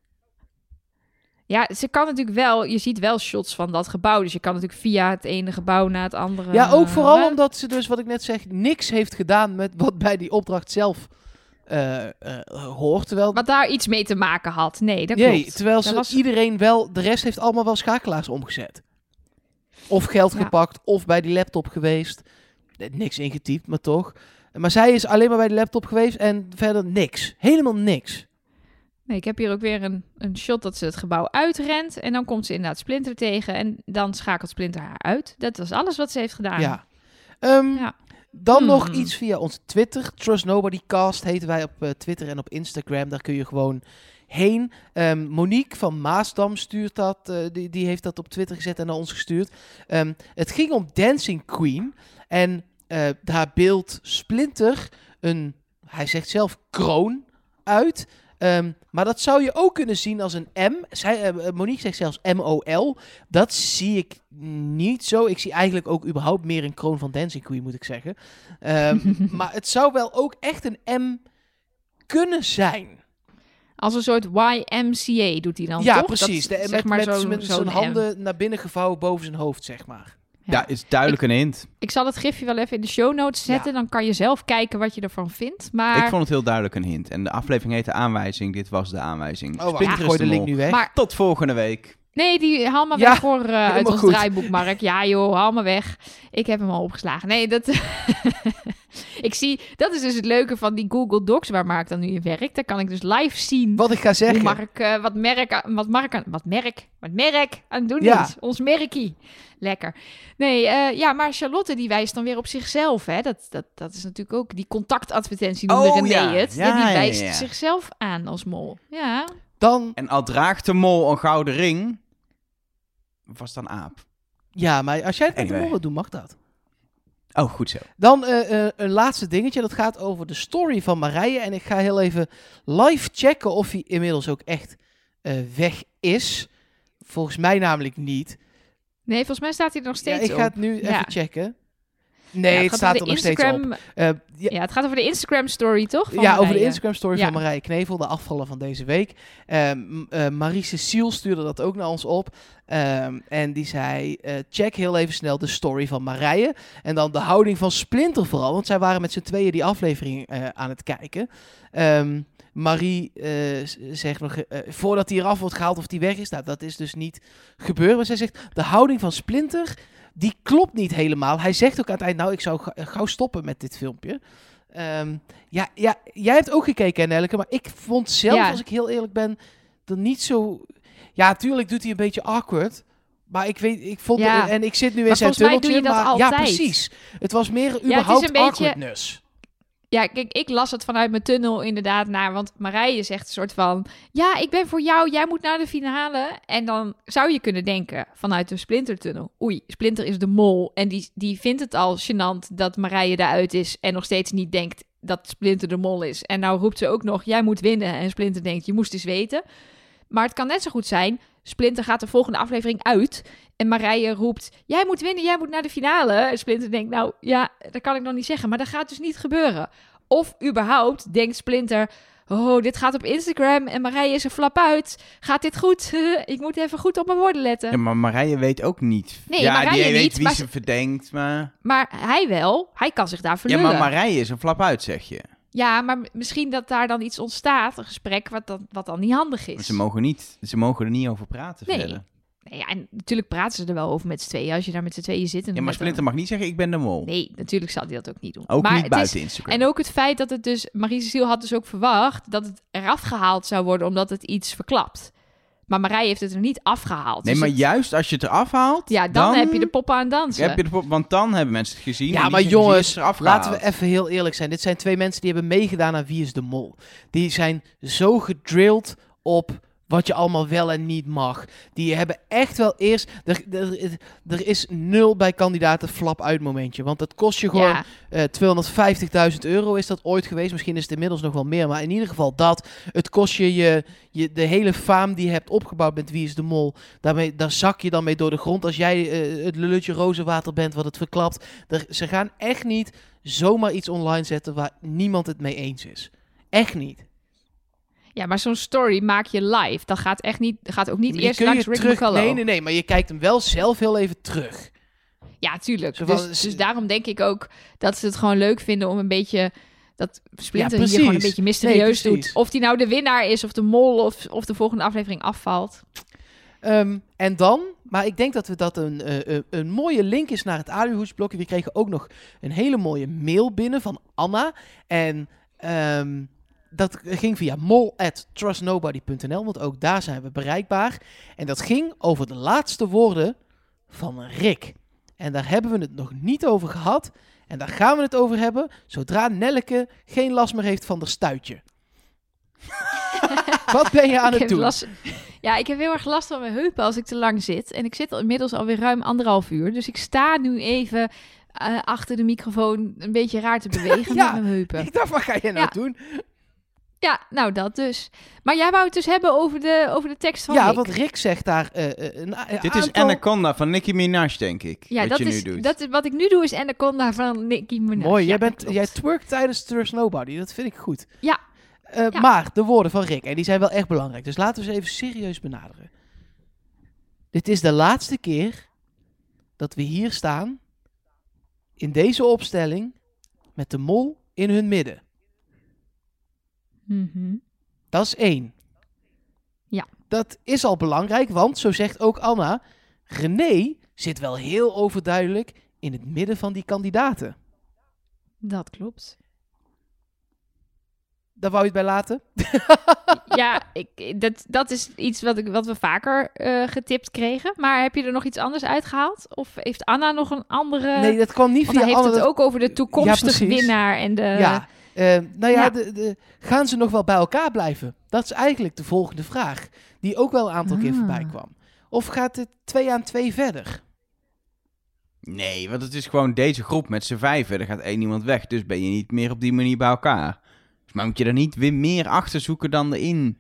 Ja, ze kan natuurlijk wel, je ziet wel shots van dat gebouw. Dus je kan natuurlijk via het ene gebouw naar het andere. Ja, ook vooral hè? omdat ze dus, wat ik net zeg, niks heeft gedaan met wat bij die opdracht zelf eh, eh, hoort. Terwijl, Wat daar iets mee te maken had. Nee, dat nee, klopt. terwijl Dat ze was- iedereen wel, de rest heeft allemaal wel schakelaars omgezet. Of geld Ja. gepakt, of bij die laptop geweest. Eh, Niks ingetypt, maar toch. Maar zij is alleen maar bij de laptop geweest en verder niks. Helemaal niks. Nee, ik heb hier ook weer een, een shot dat ze het gebouw uitrent. En dan komt ze inderdaad Splinter tegen. En dan schakelt Splinter haar uit. Dat was alles wat ze heeft gedaan. Ja. Ehm, Ja. Dan Hmm. nog iets via onze Twitter. Trust Nobody Cast heten wij op eh, Twitter en op Instagram. Daar kun je gewoon heen. Ehm, Monique van Maasdam stuurt dat. eh, die, die heeft dat op Twitter gezet en naar ons gestuurd. Ehm, het ging om Dancing Queen. En eh, daar beeldt Splinter een, hij zegt zelf, kroon uit. Ehm, maar dat zou je ook kunnen zien als een M. Zij, eh, Monique zegt zelfs M O L. Dat zie ik niet zo. Ik zie eigenlijk ook überhaupt meer een kroon van Dancing Queen, moet ik zeggen. Ehm, maar het zou wel ook echt een M kunnen zijn. Als een soort Y M C A doet hij dan, Ja, toch? precies. Dat, De, zeg met maar met, zo'n- met zo'n zijn M. handen naar binnen gevouwen boven zijn hoofd, zeg maar. Ja, is duidelijk een hint. Ik zal het gifje wel even in de show notes zetten. Dan kan je zelf kijken wat je ervan vindt. Maar, Ik vond het heel duidelijk een hint. En de aflevering heette Aanwijzing. Dit was de aanwijzing. Oh, wacht, Splinter ik is gooi de de link mol. nu weg. maar Tot volgende week. nee, die haal maar Ja, weg voor, uh, uit helemaal ons goed. draaiboek, Mark. Ja joh, haal maar weg. Ik heb hem al opgeslagen. Nee, dat... ik zie... Dat is dus het leuke van die Google Docs waar Mark dan nu in werkt. Daar kan ik dus live zien Wat ik ga hoe zeggen. Mark, uh, wat merk, wat Mark, aan, wat merk, wat merk aan het doen Ja. is. Ons merkie. Lekker. Nee, uh, ja, maar Charlotte die wijst dan weer op zichzelf. Hè? Dat, dat, dat is natuurlijk ook die contactadvertentie noemde Oh, René ja. het. Ja, die ja, wijst ja. zichzelf aan als mol. Ja. Dan, En al draagt de mol een gouden ring, was dan aap. ja, maar als jij het met de Anyway. mollen doet, mag dat. Oh, goed zo. Dan eh, eh, een laatste dingetje. Dat gaat over de story van Marije. En ik ga heel even live checken of hij inmiddels ook echt eh, weg is. Volgens mij namelijk niet. Nee, volgens mij staat hij er nog Ja, steeds ik op. ga het nu Ja. even checken. Nee, Ja, het gaat staat over er de nog steeds op. Instagram- Uh, ja, Ja, het gaat over de Instagram story, toch? Van ja, over de Marije. Instagram story Ja. van Marije Knevel, de afvallen van deze week. Um, uh, Marie-Cecile stuurde dat ook naar ons op. Um, en die zei, uh, check heel even snel de story van Marije. En dan de houding van Splinter vooral. Want zij waren met z'n tweeën die aflevering uh, aan het kijken. Um, Marie uh, zegt nog, uh, voordat hij eraf wordt gehaald of die weg is. Nou, dat is dus niet gebeurd. Maar zij zegt, de houding van Splinter, die klopt niet helemaal. Hij zegt ook aan het eind, nou, ik zou ga- gauw stoppen met dit filmpje. Um, ja, ja, jij hebt ook gekeken, Nelleke, maar ik vond zelf, Ja. als ik heel eerlijk ben, dat niet zo... Ja, tuurlijk doet hij een beetje awkward. Maar ik weet, ik vond... Ja. Het, en ik zit nu in Maar zijn volgens mij doe tunneltje, je dat maar... Ja, altijd. precies. Het was meer het is überhaupt een beetje- awkwardness. Ja, kijk, ik las het vanuit mijn tunnel inderdaad naar. Want Marije zegt een soort van... Ja, ik ben voor jou, jij moet naar de finale. En dan zou je kunnen denken vanuit de Splinter-tunnel... Oei, Splinter is de mol. En die, die vindt het al gênant dat Marije daaruit is... en nog steeds niet denkt dat Splinter de mol is. En nou roept ze ook nog, jij moet winnen. En Splinter denkt, je moest eens weten. Maar het kan net zo goed zijn... Splinter gaat de volgende aflevering uit... En Marije roept, jij moet winnen, jij moet naar de finale. En Splinter denkt, nou ja, dat kan ik nog niet zeggen. Maar dat gaat dus niet gebeuren. Of überhaupt denkt Splinter, oh, dit gaat op Instagram en Marije is er flap uit. Gaat dit goed? Ik moet even goed op mijn woorden letten. Ja, maar Marije weet ook niet. Nee, ja, Marije die weet niet, wie maar ze ze- verdenkt, maar... Maar hij wel. Hij kan zich daar Ja, verlullen. maar Marije is een flap uit, zeg je. Ja, maar m- misschien dat daar dan iets ontstaat, een gesprek, wat dan, wat dan niet handig is. Maar ze mogen, niet, ze mogen er niet over praten Nee. verder. Nee, ja, en natuurlijk praten ze er wel over met z'n tweeën. Als je daar met z'n tweeën zit. En Ja, dan maar met Splinter een- mag niet zeggen, ik ben de mol. Nee, natuurlijk zal hij dat ook niet doen. Ook maar niet het buiten is, Instagram. En ook het feit dat het dus... Marie-Cecile had dus ook verwacht dat het eraf gehaald zou worden... omdat het iets verklapt. Maar Marije heeft het er niet afgehaald. Nee, Dus maar het- juist als je het eraf haalt... Ja, dan, heb je de poppen aan dansen. heb je de pop, want dan hebben mensen het gezien. en Ja, die maar zeggen, zie je, jongens, het is eraf gehaald. laten we even heel eerlijk zijn. Dit zijn twee mensen die hebben meegedaan aan Wie is de Mol. Die zijn zo gedrilled op wat je allemaal wel en niet mag. Die hebben echt wel eerst... Er, er, er is nul bij kandidaten flap uit momentje. Want dat kost je gewoon... Ja, Uh, tweehonderdvijftigduizend euro is dat ooit geweest. Misschien is het inmiddels nog wel meer. Maar in ieder geval dat. Het kost je, je, je de hele faam die je hebt opgebouwd met Wie is de Mol. Daarmee, daar zak je dan mee door de grond. Als jij uh, het lulletje rozenwater bent wat het verklapt. Er, ze gaan echt niet zomaar iets online zetten waar niemand het mee eens is. Echt niet. ja, maar zo'n story maak je live. Dat gaat echt niet... gaat ook niet Maar die eerst kun je langs Rick terug, McCullough. Nee, nee, nee. Maar je kijkt hem wel zelf heel even terug. Ja, tuurlijk. Zo van, Dus, ze- dus daarom denk ik ook dat ze het gewoon leuk vinden om een beetje... dat Splinter Ja, hier gewoon een precies. beetje mysterieus Nee, precies. doet. Of die nou de winnaar is, of de mol, of, of de volgende aflevering afvalt. Um, en dan, maar ik denk dat we dat een, uh, uh, een mooie link is naar het Aluhoedsblokje. We kregen ook nog een hele mooie mail binnen van Anna. En um, dat ging via mol at trustnobody punt n l, want ook daar zijn we bereikbaar. En dat ging over de laatste woorden van Rick. En daar hebben we het nog niet over gehad. En daar gaan we het over hebben zodra Nelleke geen last meer heeft van de stuitje. Wat ben je aan Ik het heb doen? last- ja, ik heb heel erg last van mijn heupen als ik te lang zit. En ik zit al inmiddels alweer ruim anderhalf uur. Dus ik sta nu even uh, achter de microfoon een beetje raar te bewegen Ja. met mijn heupen. Ik dacht, wat ga je nou Ja. doen? Ja, nou dat dus. Maar jij wou het dus hebben over de, over de tekst van Ja, Rick. want Rick zegt daar uh, uh, een a- Dit is aantal... Anaconda van Nicki Minaj, denk ik. Ja, wat dat je is, nu doet. dat is wat ik nu doe is Anaconda van Nicki Minaj. Mooi, Ja, jij, dat bent, klopt. jij twerkt tijdens Trust Nobody. Dat vind ik goed. Ja. Uh, Ja. Maar de woorden van Rick, en die zijn wel echt belangrijk. Dus laten we ze even serieus benaderen. Dit is de laatste keer dat we hier staan, in deze opstelling, met de mol in hun midden. Mhm. Dat is één. Ja. Dat is al belangrijk, want, zo zegt ook Anna, René zit wel heel overduidelijk in het midden van die kandidaten. Dat klopt. Daar wou je het bij laten? Ja, ik, dat, dat is iets wat, ik, wat we vaker uh, getipt kregen. Maar heb je er nog iets anders uitgehaald? Of heeft Anna nog een andere... Nee, dat kwam niet Want via hij heeft Anna. het dat- ook over de toekomstige Ja, precies. winnaar en de... Ja, uh, nou ja, Ja. De, de, gaan ze nog wel bij elkaar blijven? Dat is eigenlijk de volgende vraag. Die ook wel een aantal keer Ah. voorbij kwam. Of gaat het twee aan twee verder? Nee, want het is gewoon deze groep met z'n vijven. Er gaat één iemand weg, dus ben je niet meer op die manier bij elkaar. Dus maar moet je er niet weer meer achter zoeken dan erin?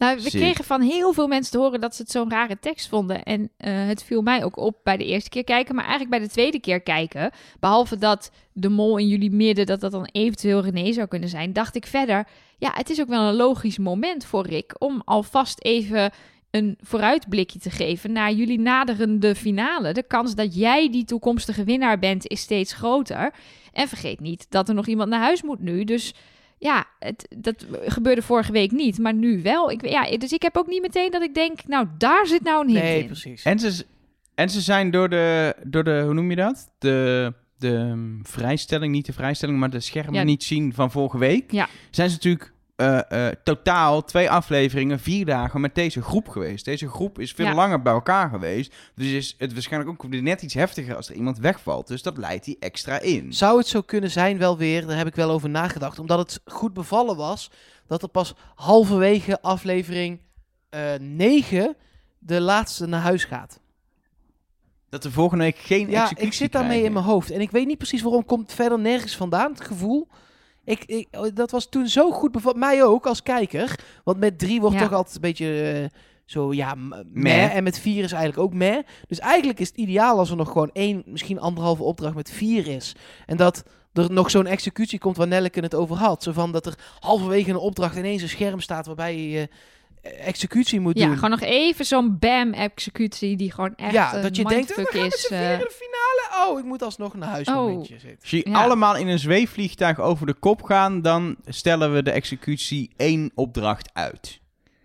Nou, we Sick. kregen van heel veel mensen te horen dat ze het zo'n rare tekst vonden. En uh, het viel mij ook op bij de eerste keer kijken, maar eigenlijk bij de tweede keer kijken. Behalve dat de mol in jullie midden, dat dat dan eventueel René zou kunnen zijn, dacht ik verder, ja, het is ook wel een logisch moment voor Rick om alvast even een vooruitblikje te geven naar jullie naderende finale. De kans dat jij die toekomstige winnaar bent is steeds groter. En vergeet niet dat er nog iemand naar huis moet nu, dus... Ja, het, dat gebeurde vorige week niet, maar nu wel. Ik, ja, dus ik heb ook niet meteen dat ik denk, nou, daar zit nou een hint Nee, in. precies. En ze, en ze zijn door de, door de, hoe noem je dat? De, de um, vrijstelling, niet de vrijstelling, maar de schermen Ja. niet zien van vorige week. Ja. Zijn ze natuurlijk uh, uh, totaal twee afleveringen, vier dagen met deze groep geweest. Deze groep is veel Ja. langer bij elkaar geweest. Dus is het waarschijnlijk ook net iets heftiger als er iemand wegvalt. Dus dat leidt die extra in. Zou het zo kunnen zijn wel weer, daar heb ik wel over nagedacht, omdat het goed bevallen was, dat er pas halverwege aflevering uh, negen de laatste naar huis gaat. Dat we volgende week geen Ja, executie ik zit daarmee krijgen. in mijn hoofd. En ik weet niet precies waarom, komt verder nergens vandaan, het gevoel. Ik, ik, dat was toen zo goed bevallen, mij ook als kijker. Want met drie wordt Ja. toch altijd een beetje uh, zo, ja, m- meh. Meh. En met vier is eigenlijk ook meh. Dus eigenlijk is het ideaal als er nog gewoon één, misschien anderhalve opdracht met vier is. En dat er nog zo'n executie komt waar Nelleke het over had. Zo van dat er halverwege een opdracht ineens een scherm staat waarbij je uh, executie moet Ja, doen. gewoon nog even zo'n bam-executie die gewoon echt ja, een dat je denkt, mindfuck we gaan met is. z'n eh. vieren in de finale. Oh, ik moet alsnog naar huis Oh. momentje zitten. Als je Ja. allemaal in een zweefvliegtuig over de kop gaan, dan stellen we de executie één opdracht uit.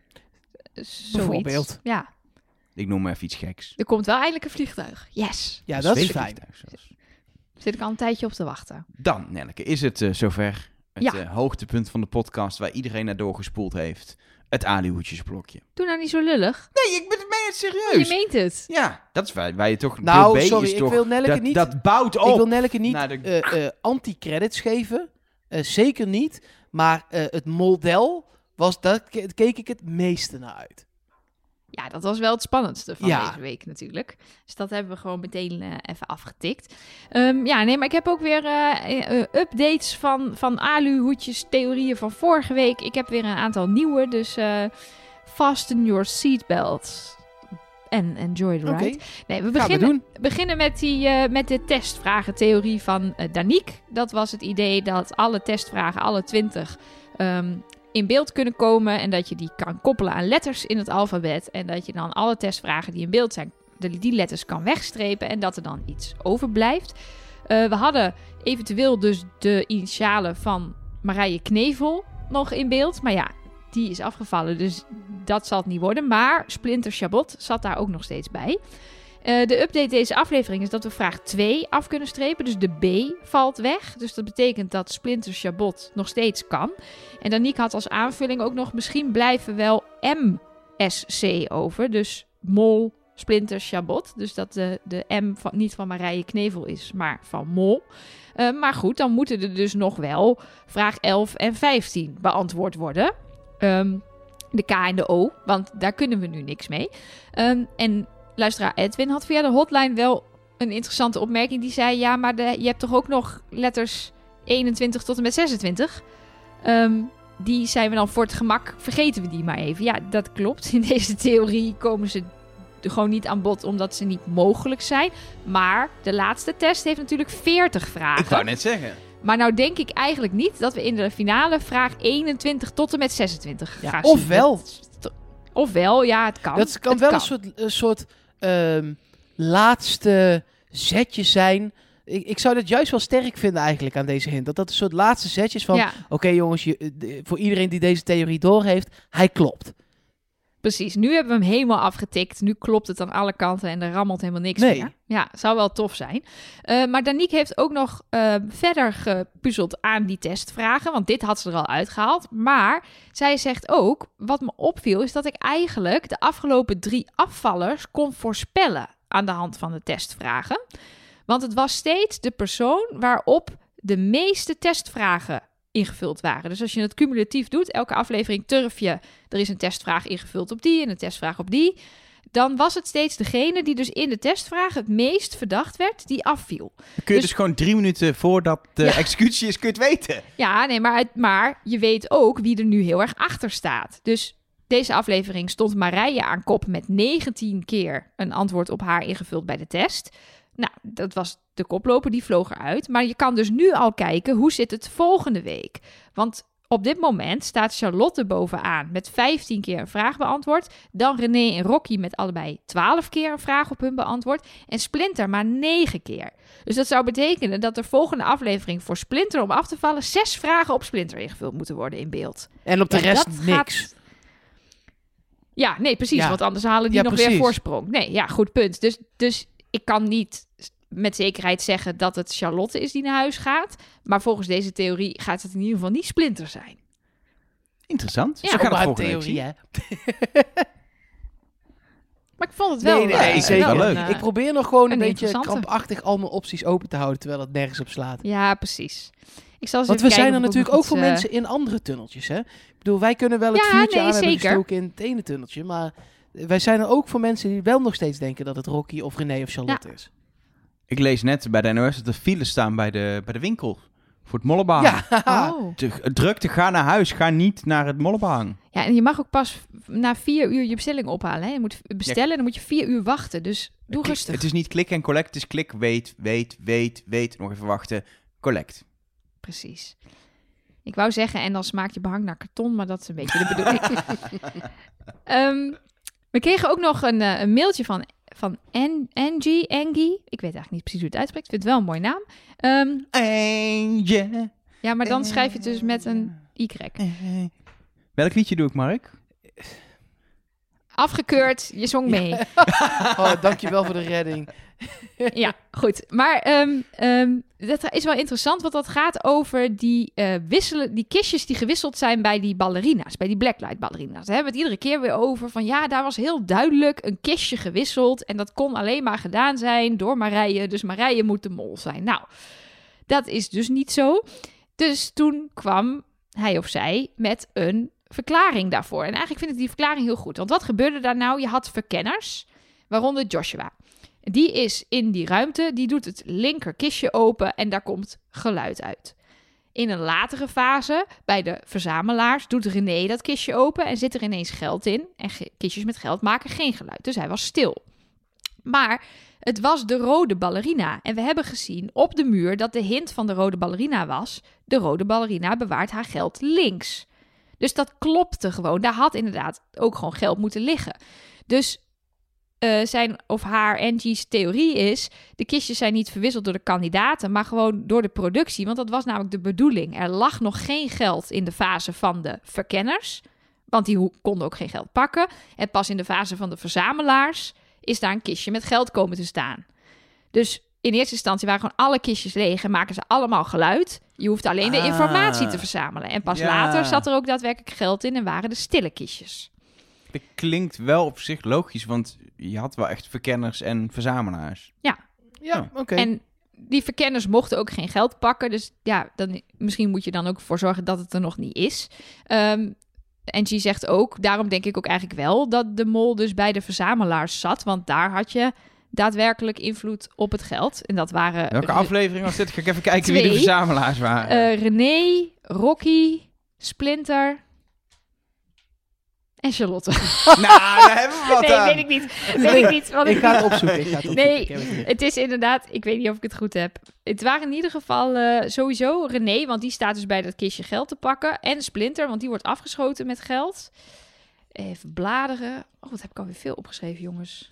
Zoiets. Bijvoorbeeld. Ja, Ik noem maar even iets geks. er komt wel eindelijk een vliegtuig. Yes. Ja, Een dat is fijn. zweefvliegtuig zelfs. Zit ik al een tijdje op te wachten. Dan, Nelleke, is het uh, zover. Het Ja. uh, hoogtepunt van de podcast waar iedereen naar doorgespoeld heeft. Het alihoedjesblokje. Doe nou niet zo lullig. Nee, ik ben het meen het Je serieus. meent het. Ja, dat is waar, waar je toch... Nou, deel B sorry, is ik toch, wil Nelleke dat, niet- dat bouwt op. Ik wil Nelleke niet naar de- eh, eh, anti-credits geven. Eh, zeker niet. Maar eh, het model was, daar ke- keek ik het meeste naar uit. Ja, dat was wel het spannendste van Ja. deze week natuurlijk. Dus dat hebben we gewoon meteen uh, even afgetikt. Um, ja, nee, maar ik heb ook weer uh, uh, updates van, van aluhoedjes, theorieën van vorige week. Ik heb weer een aantal nieuwe, dus uh, fasten your seatbelts. En enjoy the Oké, ride. Nee, we gaan we beginnen, doen. beginnen met, die, uh, met de testvragentheorie van uh, Danique. Dat was het idee dat alle testvragen, alle twintig... Um, in beeld kunnen komen en dat je die kan koppelen aan letters in het alfabet en dat je dan alle testvragen die in beeld zijn, de, die letters kan wegstrepen en dat er dan iets overblijft. Uh, we hadden eventueel dus de initialen van Marije Knevel nog in beeld, maar ja, die is afgevallen, dus dat zal het niet worden. Maar Splinter Chabot zat daar ook nog steeds bij. Uh, de update deze aflevering is dat we vraag twee af kunnen strepen. Dus de B valt weg. Dus dat betekent dat Splinter Chabot nog steeds kan. En Danique had als aanvulling ook nog... misschien blijven wel M S C over. Dus Mol, Splinter Chabot. Dus dat de, de M van, niet van Marije Knevel is, maar van Mol. Uh, maar goed, dan moeten er dus nog wel vraag elf en vijftien beantwoord worden. Um, de K en de O, want daar kunnen we nu niks mee. Um, en... Luisteraar Edwin had via de hotline wel een interessante opmerking. Die zei, ja, maar de, je hebt toch ook nog letters eenentwintig tot en met zesentwintig? Um, die zijn we dan voor het gemak, vergeten we die maar even. Ja, dat klopt. In deze theorie komen ze gewoon niet aan bod omdat ze niet mogelijk zijn. Maar de laatste test heeft natuurlijk veertig vragen. Ik wou net zeggen. Maar nou denk ik eigenlijk niet dat we in de finale vraag eenentwintig tot en met zesentwintig Ja, gaan zien. ofwel. Dat- Ofwel, ja, het kan. Dat kan Het wel een soort, een soort ehm, laatste zetje zijn. Ik, ik zou dat juist wel sterk vinden eigenlijk aan deze hint. Dat dat een soort laatste zetje is van... Ja. Oké jongens, je, eh, de- voor iedereen die deze theorie doorheeft, hij klopt. Precies, nu hebben we hem helemaal afgetikt. Nu klopt het aan alle kanten en er rammelt helemaal niks Nee. meer. Ja, zou wel tof zijn. Uh, maar Danique heeft ook nog uh, verder gepuzzeld aan die testvragen. Want dit had ze er al uitgehaald. Maar zij zegt ook, wat me opviel, is dat ik eigenlijk de afgelopen drie afvallers kon voorspellen aan de hand van de testvragen. Want het was steeds de persoon waarop de meeste testvragen ingevuld waren. Dus als je het cumulatief doet, elke aflevering turf je, er is een testvraag ingevuld op die en een testvraag op die, dan was het steeds degene die dus in de testvraag het meest verdacht werd, die afviel. Dan kun je Dus- dus gewoon drie minuten voordat de Ja. executie is, kun je het weten. Ja, nee, maar, het, maar je weet ook wie er nu heel erg achter staat. Dus Deze aflevering stond Marije aan kop met negentien keer een antwoord op haar ingevuld bij de test. Nou, dat was de koploper, die vloog eruit. Maar je kan dus nu al kijken, hoe zit het volgende week? Want op dit moment staat Charlotte bovenaan met vijftien keer een vraag beantwoord. Dan René en Rocky met allebei twaalf keer een vraag op hun beantwoord. En Splinter maar negen keer. Dus dat zou betekenen dat de volgende aflevering voor Splinter om af te vallen zes vragen op Splinter ingevuld moeten worden in beeld. En op de Ja, rest dat niks. gaat- Ja, nee, precies. Ja. Want anders halen die Ja, nog precies. weer voorsprong. Nee, ja, goed punt. Dus, dus ik kan niet met zekerheid zeggen dat het Charlotte is die naar huis gaat. Maar volgens deze theorie gaat het in ieder geval niet Splinter zijn. Interessant. Ja, Zo Ook gaat het maar een volgende week theorie, zien. hè? Maar ik vond het wel... Nee, nee, eh, nee, ik zeker. wel een, leuk. eh, Ik probeer nog gewoon een, een beetje interessante. krampachtig al mijn opties open te houden, terwijl het nergens op slaat. Ja, precies. Ik zal eens Want even we zijn kijken er of ik natuurlijk ook nog voor iets, eh, mensen in andere tunneltjes, hè? Ik bedoel, wij kunnen wel het Ja, vuurtje nee, aan hebben zeker. gestoken in het ene tunneltje, maar wij zijn er ook voor mensen die wel nog steeds denken dat het Rocky of René of Charlotte is. Ik lees net bij de N O S dat er files staan bij de, bij de winkel. Voor het mollebehang. Ja, Oh. Te- Drukte, ga naar huis. Ga niet naar het mollebehang. Ja, en je mag ook pas na vier uur je bestelling ophalen. Hè? Je moet bestellen en dan moet je vier uur wachten. Dus doe Klik- rustig. Het is niet klik en collect. Het is klik, weet, weet, weet, weet. Nog even wachten. Collect. Precies. Ik wou zeggen, en dan smaakt je behang naar karton, maar dat is een beetje de bedoeling. Ehm, we kregen ook nog een, eh, een mailtje van, van An- Angie, Angie. Ik weet eigenlijk niet precies hoe het uitspreekt. Ik vind het wel een mooie naam. Ehm, Eentje. ja, maar dan schrijf je het dus met een Y. Welk liedje doe ik, Mark? Afgekeurd, je zong mee. oh, dankjewel voor de redding. Ja, goed. Maar ehm, ehm, dat is wel interessant, want dat gaat over die, eh, wisselen, die kistjes die gewisseld zijn bij die ballerina's, bij die blacklight ballerina's. Daar hebben we het iedere keer weer over van ja, daar was heel duidelijk een kistje gewisseld en dat kon alleen maar gedaan zijn door Marije, dus Marije moet de mol zijn. Nou, dat is dus niet zo. Dus toen kwam hij of zij met een verklaring daarvoor. En eigenlijk vind ik die verklaring heel goed, want wat gebeurde daar nou? Je had verkenners, waaronder Joshua. Die is in die ruimte, die doet het linker kistje open en daar komt geluid uit. In een latere fase, bij de verzamelaars, doet René dat kistje open en zit er ineens geld in. En ge- kistjes met geld maken geen geluid, dus hij was stil. Maar het was de rode ballerina. En we hebben gezien op de muur dat de hint van de rode ballerina was: de rode ballerina bewaart haar geld links. Dus dat klopte gewoon. Daar had inderdaad ook gewoon geld moeten liggen. Dus Uh, zijn of haar Angie's theorie is: de kistjes zijn niet verwisseld door de kandidaten, maar gewoon door de productie. Want dat was namelijk de bedoeling. Er lag nog geen geld in de fase van de verkenners, want die ho- konden ook geen geld pakken. En pas in de fase van de verzamelaars is daar een kistje met geld komen te staan. Dus in eerste instantie waren gewoon alle kistjes leeg en maken ze allemaal geluid. Je hoeft alleen de Ah. informatie te verzamelen. En pas Ja. later zat er ook daadwerkelijk geld in en waren de stille kistjes. Dat klinkt wel op zich logisch, want je had wel echt verkenners en verzamelaars. Ja, oké. En die verkenners mochten ook geen geld pakken. Dus ja, dan, misschien moet je dan ook voor zorgen dat het er nog niet is. Um, Angie zegt ook, daarom denk ik ook eigenlijk wel dat de mol dus bij de verzamelaars zat. Want daar had je daadwerkelijk invloed op het geld. En dat waren Welke Re- aflevering was dit? Ga ik even kijken wie Twee. de verzamelaars waren. eh, René, Rocky, Splinter en Charlotte. nou, daar hebben we wat nee, aan. weet ik niet. Weet ik niet. Want ik ga het opzoeken. Ik ga het opzoeken. Nee, Ik heb het hier. het is inderdaad, ik weet niet of ik het goed heb. Het waren in ieder geval eh, sowieso René, want die staat dus bij dat kistje geld te pakken. En Splinter, want die wordt afgeschoten met geld. Even bladeren. Oh, wat heb ik alweer veel opgeschreven, jongens.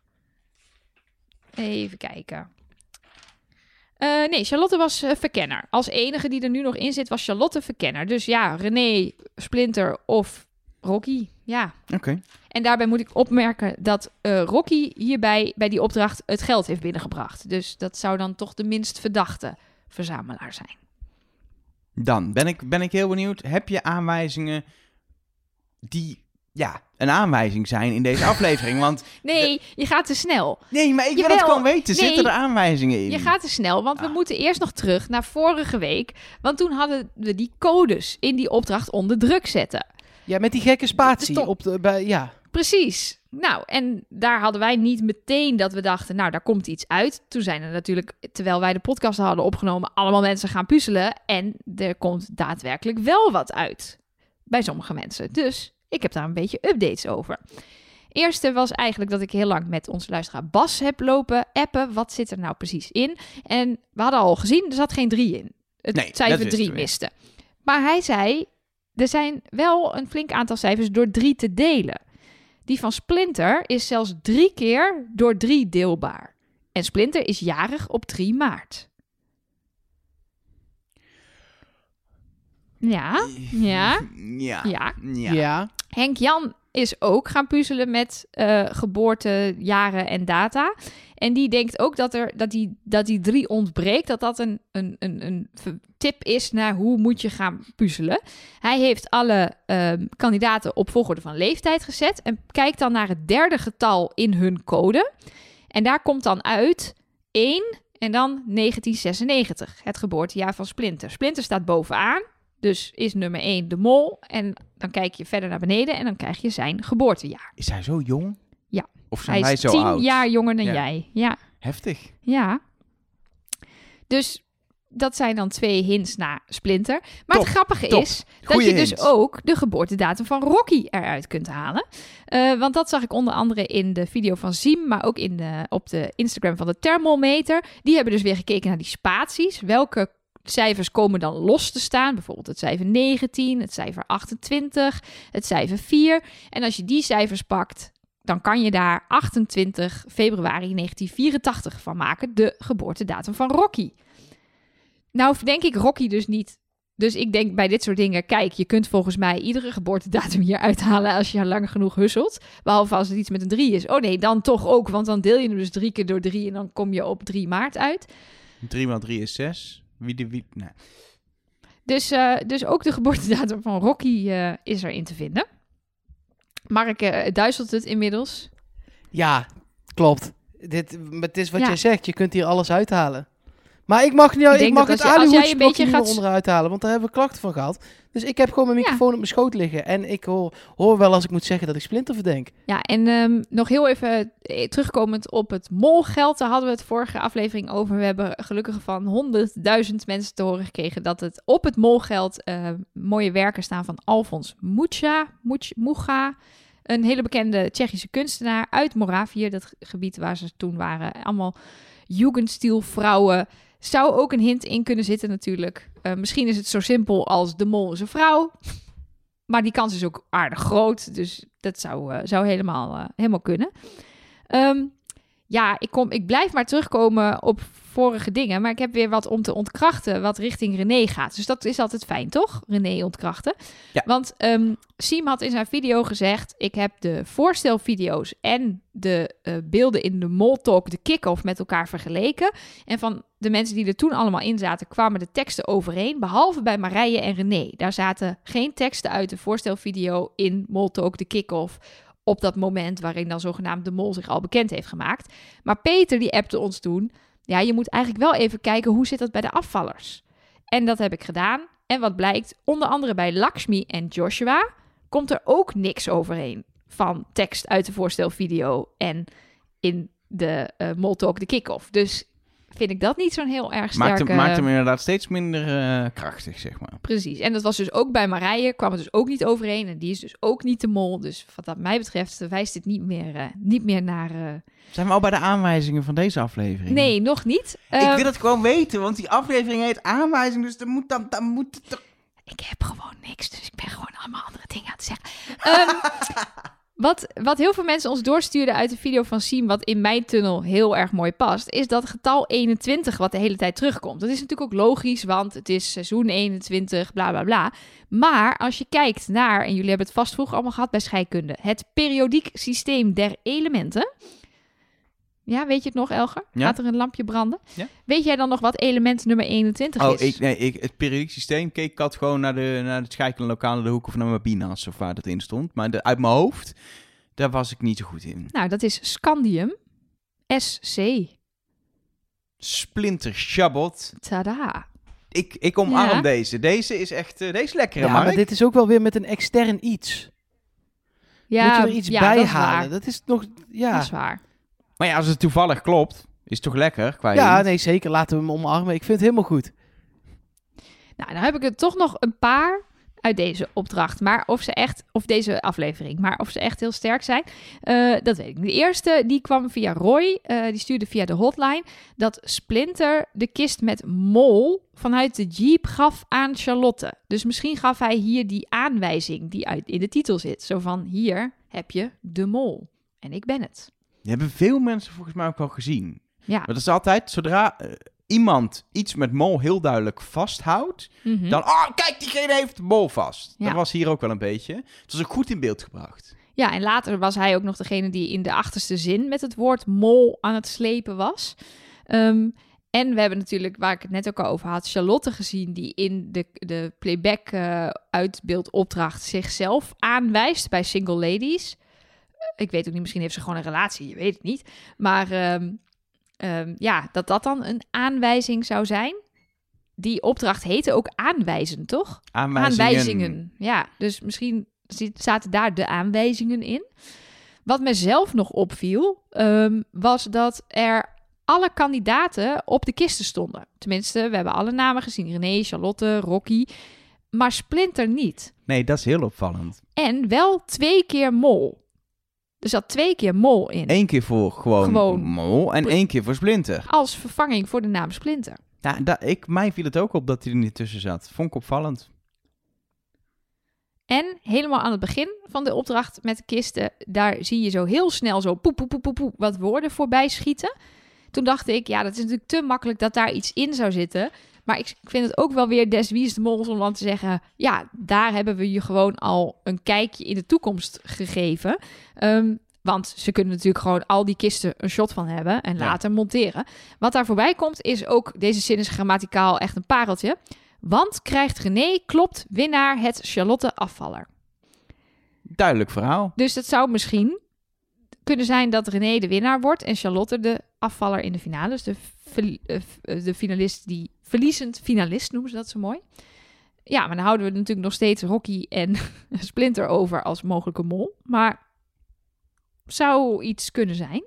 Even kijken. Eh, nee, Charlotte was eh, verkenner. Als enige die er nu nog in zit, was Charlotte verkenner. Dus ja, René, Splinter of Rocky. Ja. Oké. En daarbij moet ik opmerken dat eh, Rocky hierbij bij die opdracht het geld heeft binnengebracht. Dus dat zou dan toch de minst verdachte verzamelaar zijn. Dan ben ik, ben ik heel benieuwd. Heb je aanwijzingen die ja, een aanwijzing zijn in deze aflevering? Want Nee, je gaat te snel. nee, maar ik wil Jawel. het gewoon weten. Nee. Zitten er aanwijzingen in? Je gaat te snel, want we Ah. moeten eerst nog terug naar vorige week. Want toen hadden we die codes in die opdracht onder druk zetten. Ja, met die gekke spatie. Stop. Op de, bij, ja. Precies. Nou, en daar hadden wij niet meteen dat we dachten, nou, daar komt iets uit. Toen zijn er natuurlijk, terwijl wij de podcast hadden opgenomen, allemaal mensen gaan puzzelen. En er komt daadwerkelijk wel wat uit. Bij sommige mensen. Dus Ik heb daar een beetje updates over. Eerste was eigenlijk dat ik heel lang met onze luisteraar Bas heb lopen appen. Wat zit er nou precies in? En we hadden al gezien, er zat geen drie in. Het Nee, dat cijfer wisten drie we. miste. Maar hij zei, er zijn wel een flink aantal cijfers door drie te delen. Die van Splinter is zelfs drie keer door drie deelbaar. En Splinter is jarig op drie maart. Ja, ja, Ja. ja. Ja. Ja. Henk Jan is ook gaan puzzelen met eh geboortejaren en data. En die denkt ook dat, er, dat, die, dat die drie ontbreekt. Dat dat een, een, een, een tip is naar hoe moet je gaan puzzelen. Hij heeft alle eh, kandidaten op volgorde van leeftijd gezet. En kijkt dan naar het derde getal in hun code. En daar komt dan uit één en dan negentien zesennegentig. Het geboortejaar van Splinter. Splinter staat bovenaan. Dus is nummer één de mol. En dan kijk je verder naar beneden en dan krijg je zijn geboortejaar. Is hij zo jong? Ja. Of zijn Hij wij is zo tien oud? jaar jonger dan Ja. jij. Ja, Heftig. ja. Dus dat zijn dan twee hints naar Splinter. Maar Top, het grappige top. is dat Goeie je dus hints. ook de geboortedatum van Rocky eruit kunt halen. Uh, want dat zag ik onder andere in de video van Siem, maar ook in de, op de Instagram van de Thermometer. Die hebben dus weer gekeken naar die spaties. Welke cijfers komen dan los te staan? Bijvoorbeeld het cijfer negentien, het cijfer achtentwintig, het cijfer vier. En als je die cijfers pakt, dan kan je daar achtentwintig februari negentien vierentachtig van maken. De geboortedatum van Rocky. Nou denk ik Rocky dus niet. Dus ik denk bij dit soort dingen, kijk, je kunt volgens mij iedere geboortedatum hier uithalen als je lang genoeg husselt. Behalve als het iets met een drie is. Oh nee, dan toch ook, want dan deel je hem dus drie keer door drie en dan kom je op drie maart uit. drie maal drie is zes. Wie de wie... Nee. Dus, uh, dus ook de geboortedatum van Rocky uh, is erin te vinden. Mark uh, duizelt het inmiddels. Ja, klopt. Dit, het is wat Ja. jij zegt, je kunt hier alles uithalen. Maar ik mag, nou, Ik ik denk mag dat het als je- als jij alihoedje een beetje niet meer gaat- onderuit halen, want daar hebben we klachten van gehad. Dus ik heb gewoon mijn Ja. microfoon op mijn schoot liggen. En ik hoor, hoor wel als ik moet zeggen dat ik Splinter verdenk. Ja, en um, nog heel even eh, terugkomend op het molgeld. Daar hadden we het vorige aflevering over. We hebben gelukkig van honderdduizend mensen te horen gekregen dat het op het molgeld uh, mooie werken staan van Alfons Mucha, Much, Mucha. Een hele bekende Tsjechische kunstenaar uit Moravië. Dat gebied waar ze toen waren. Allemaal Jugendstil-vrouwen. Zou ook een hint in kunnen zitten natuurlijk. Uh, misschien is het zo simpel als de mol is een vrouw. Maar die kans is ook aardig groot. Dus dat zou, uh, zou helemaal, uh, helemaal kunnen. Um, ja, ik, kom, ik blijf maar terugkomen op vorige dingen. Maar ik heb weer wat om te ontkrachten wat richting René gaat. Dus dat is altijd fijn, toch? René ontkrachten. Ja. Want um, Siem had in zijn video gezegd... ik heb de voorstelvideo's en de uh, beelden in de Moltalk, de kick-off, met elkaar vergeleken. En van de mensen die er toen allemaal in zaten, kwamen de teksten overeen. Behalve bij Marije en René. Daar zaten geen teksten uit de voorstelvideo in Moltalk, de kick-off, op dat moment waarin dan zogenaamd de mol zich al bekend heeft gemaakt. Maar Peter die appte ons toen... ja, je moet eigenlijk wel even kijken hoe zit dat bij de afvallers. En dat heb ik gedaan. En wat blijkt, onder andere bij Lakshmi en Joshua komt er ook niks overheen van tekst uit de voorstelvideo en in de uh, Moltalk, de kick-off. Dus vind ik dat niet zo'n heel erg sterke... Maakt hem, maakt hem inderdaad steeds minder uh, krachtig, zeg maar. Precies. En dat was dus ook bij Marije, kwam het dus ook niet overheen. En die is dus ook niet de mol. Dus wat dat mij betreft wijst het niet meer, uh, niet meer naar... Uh... Zijn we al bij de aanwijzingen van deze aflevering? Nee, nog niet. Ik Uh, wil het gewoon weten, want die aflevering heet aanwijzing, dus dan moet dan, dan moet het toch... Ik heb gewoon niks, dus ik ben gewoon allemaal andere dingen aan het zeggen. Um, wat, wat heel veel mensen ons doorstuurden uit de video van Siem, wat in mijn tunnel heel erg mooi past, is dat getal eenentwintig wat de hele tijd terugkomt. Dat is natuurlijk ook logisch, want het is seizoen eenentwintig, bla bla bla. Maar als je kijkt naar, en jullie hebben het vast vroeger allemaal gehad bij scheikunde, het periodiek systeem der elementen. Ja, weet je het nog, Elger? Ja. Gaat er een lampje branden? Ja. Weet jij dan nog wat element nummer eenentwintig Oh, is? ik, nee, ik, het periodiek systeem keek ik had gewoon naar, de, naar het scheikundelokaal naar de hoek of naar mijn Binas of waar dat in stond. Maar de, uit mijn hoofd, daar was ik niet zo goed in. Nou, dat is scandium S C. Splinter Shabbat. Tada. Ik, ik omarm Ja. deze. Deze is echt, uh, deze is lekker, Ja, Mark. maar dit is ook wel weer met een extern iets. Ja, Moet je er iets ja, bij dat is halen. waar. Dat is nog, ja. Dat is waar. Maar ja, als het toevallig klopt, is het toch lekker qua Ja, hint? nee, zeker. Laten we hem omarmen. Ik vind het helemaal goed. Nou, dan heb ik er toch nog een paar. uit deze opdracht. Maar of ze echt, of deze aflevering, maar of ze echt heel sterk zijn, uh, dat weet ik niet. De eerste, die kwam via Roy, uh, die stuurde via de hotline, dat Splinter de kist met mol vanuit de jeep gaf aan Charlotte. Dus misschien gaf hij hier die aanwijzing die uit in de titel zit. Zo van, hier heb je de mol. En ik ben het. Die hebben veel mensen volgens mij ook wel gezien. Ja. Maar dat is altijd, zodra uh, iemand iets met mol heel duidelijk vasthoudt, Mm-hmm. dan, oh, kijk, diegene heeft de mol vast. Ja. Dat was hier ook wel een beetje. Het was ook goed in beeld gebracht. Ja, en later was hij ook nog degene die in de achterste zin met het woord mol aan het slepen was. Um, en we hebben natuurlijk, waar ik het net ook al over had, Charlotte gezien die in de, de playback uh, uitbeeldopdracht zichzelf aanwijst bij Single Ladies. Ik weet ook niet, misschien heeft ze gewoon een relatie, je weet het niet. Maar um, um, ja, dat dat dan een aanwijzing zou zijn. Die opdracht heette ook aanwijzen, toch? Aanwijzingen. Aanwijzingen. Ja, dus misschien zaten daar de aanwijzingen in. Wat mezelf nog opviel, um, was dat er alle kandidaten op de kisten stonden. Tenminste, we hebben alle namen gezien. René, Charlotte, Rocky. Maar Splinter niet. Nee, dat is heel opvallend. En wel twee keer mol. Er zat twee keer mol in. Eén keer voor gewoon, Gewoon. mol en één keer voor Splinter. Als vervanging voor de naam Splinter. Ja, da, ik, mij viel het ook op dat hij er niet tussen zat. Vond ik opvallend. En helemaal aan het begin van de opdracht met de kisten, daar zie je zo heel snel zo poep, poep, poep, poep, poep, wat woorden voorbij schieten. Toen dacht ik, ja, dat is natuurlijk te makkelijk dat daar iets in zou zitten. Maar ik vind het ook wel weer des wie is de mols om dan te zeggen, ja, daar hebben we je gewoon al een kijkje in de toekomst gegeven. Um, want ze kunnen natuurlijk gewoon al die kisten een shot van hebben en Ja. later monteren. Wat daar voorbij komt is ook, deze zin is grammaticaal echt een pareltje. Want krijgt René, klopt, winnaar het Charlotte afvaller. Duidelijk verhaal. Dus het zou misschien kunnen zijn dat René de winnaar wordt en Charlotte de afvaller in de finale. Dus de, fel- uh, de finalist die verliezend finalist noemen ze dat zo mooi. Ja, maar dan houden we natuurlijk nog steeds Rocky en Splinter over als mogelijke mol. Maar zou iets kunnen zijn.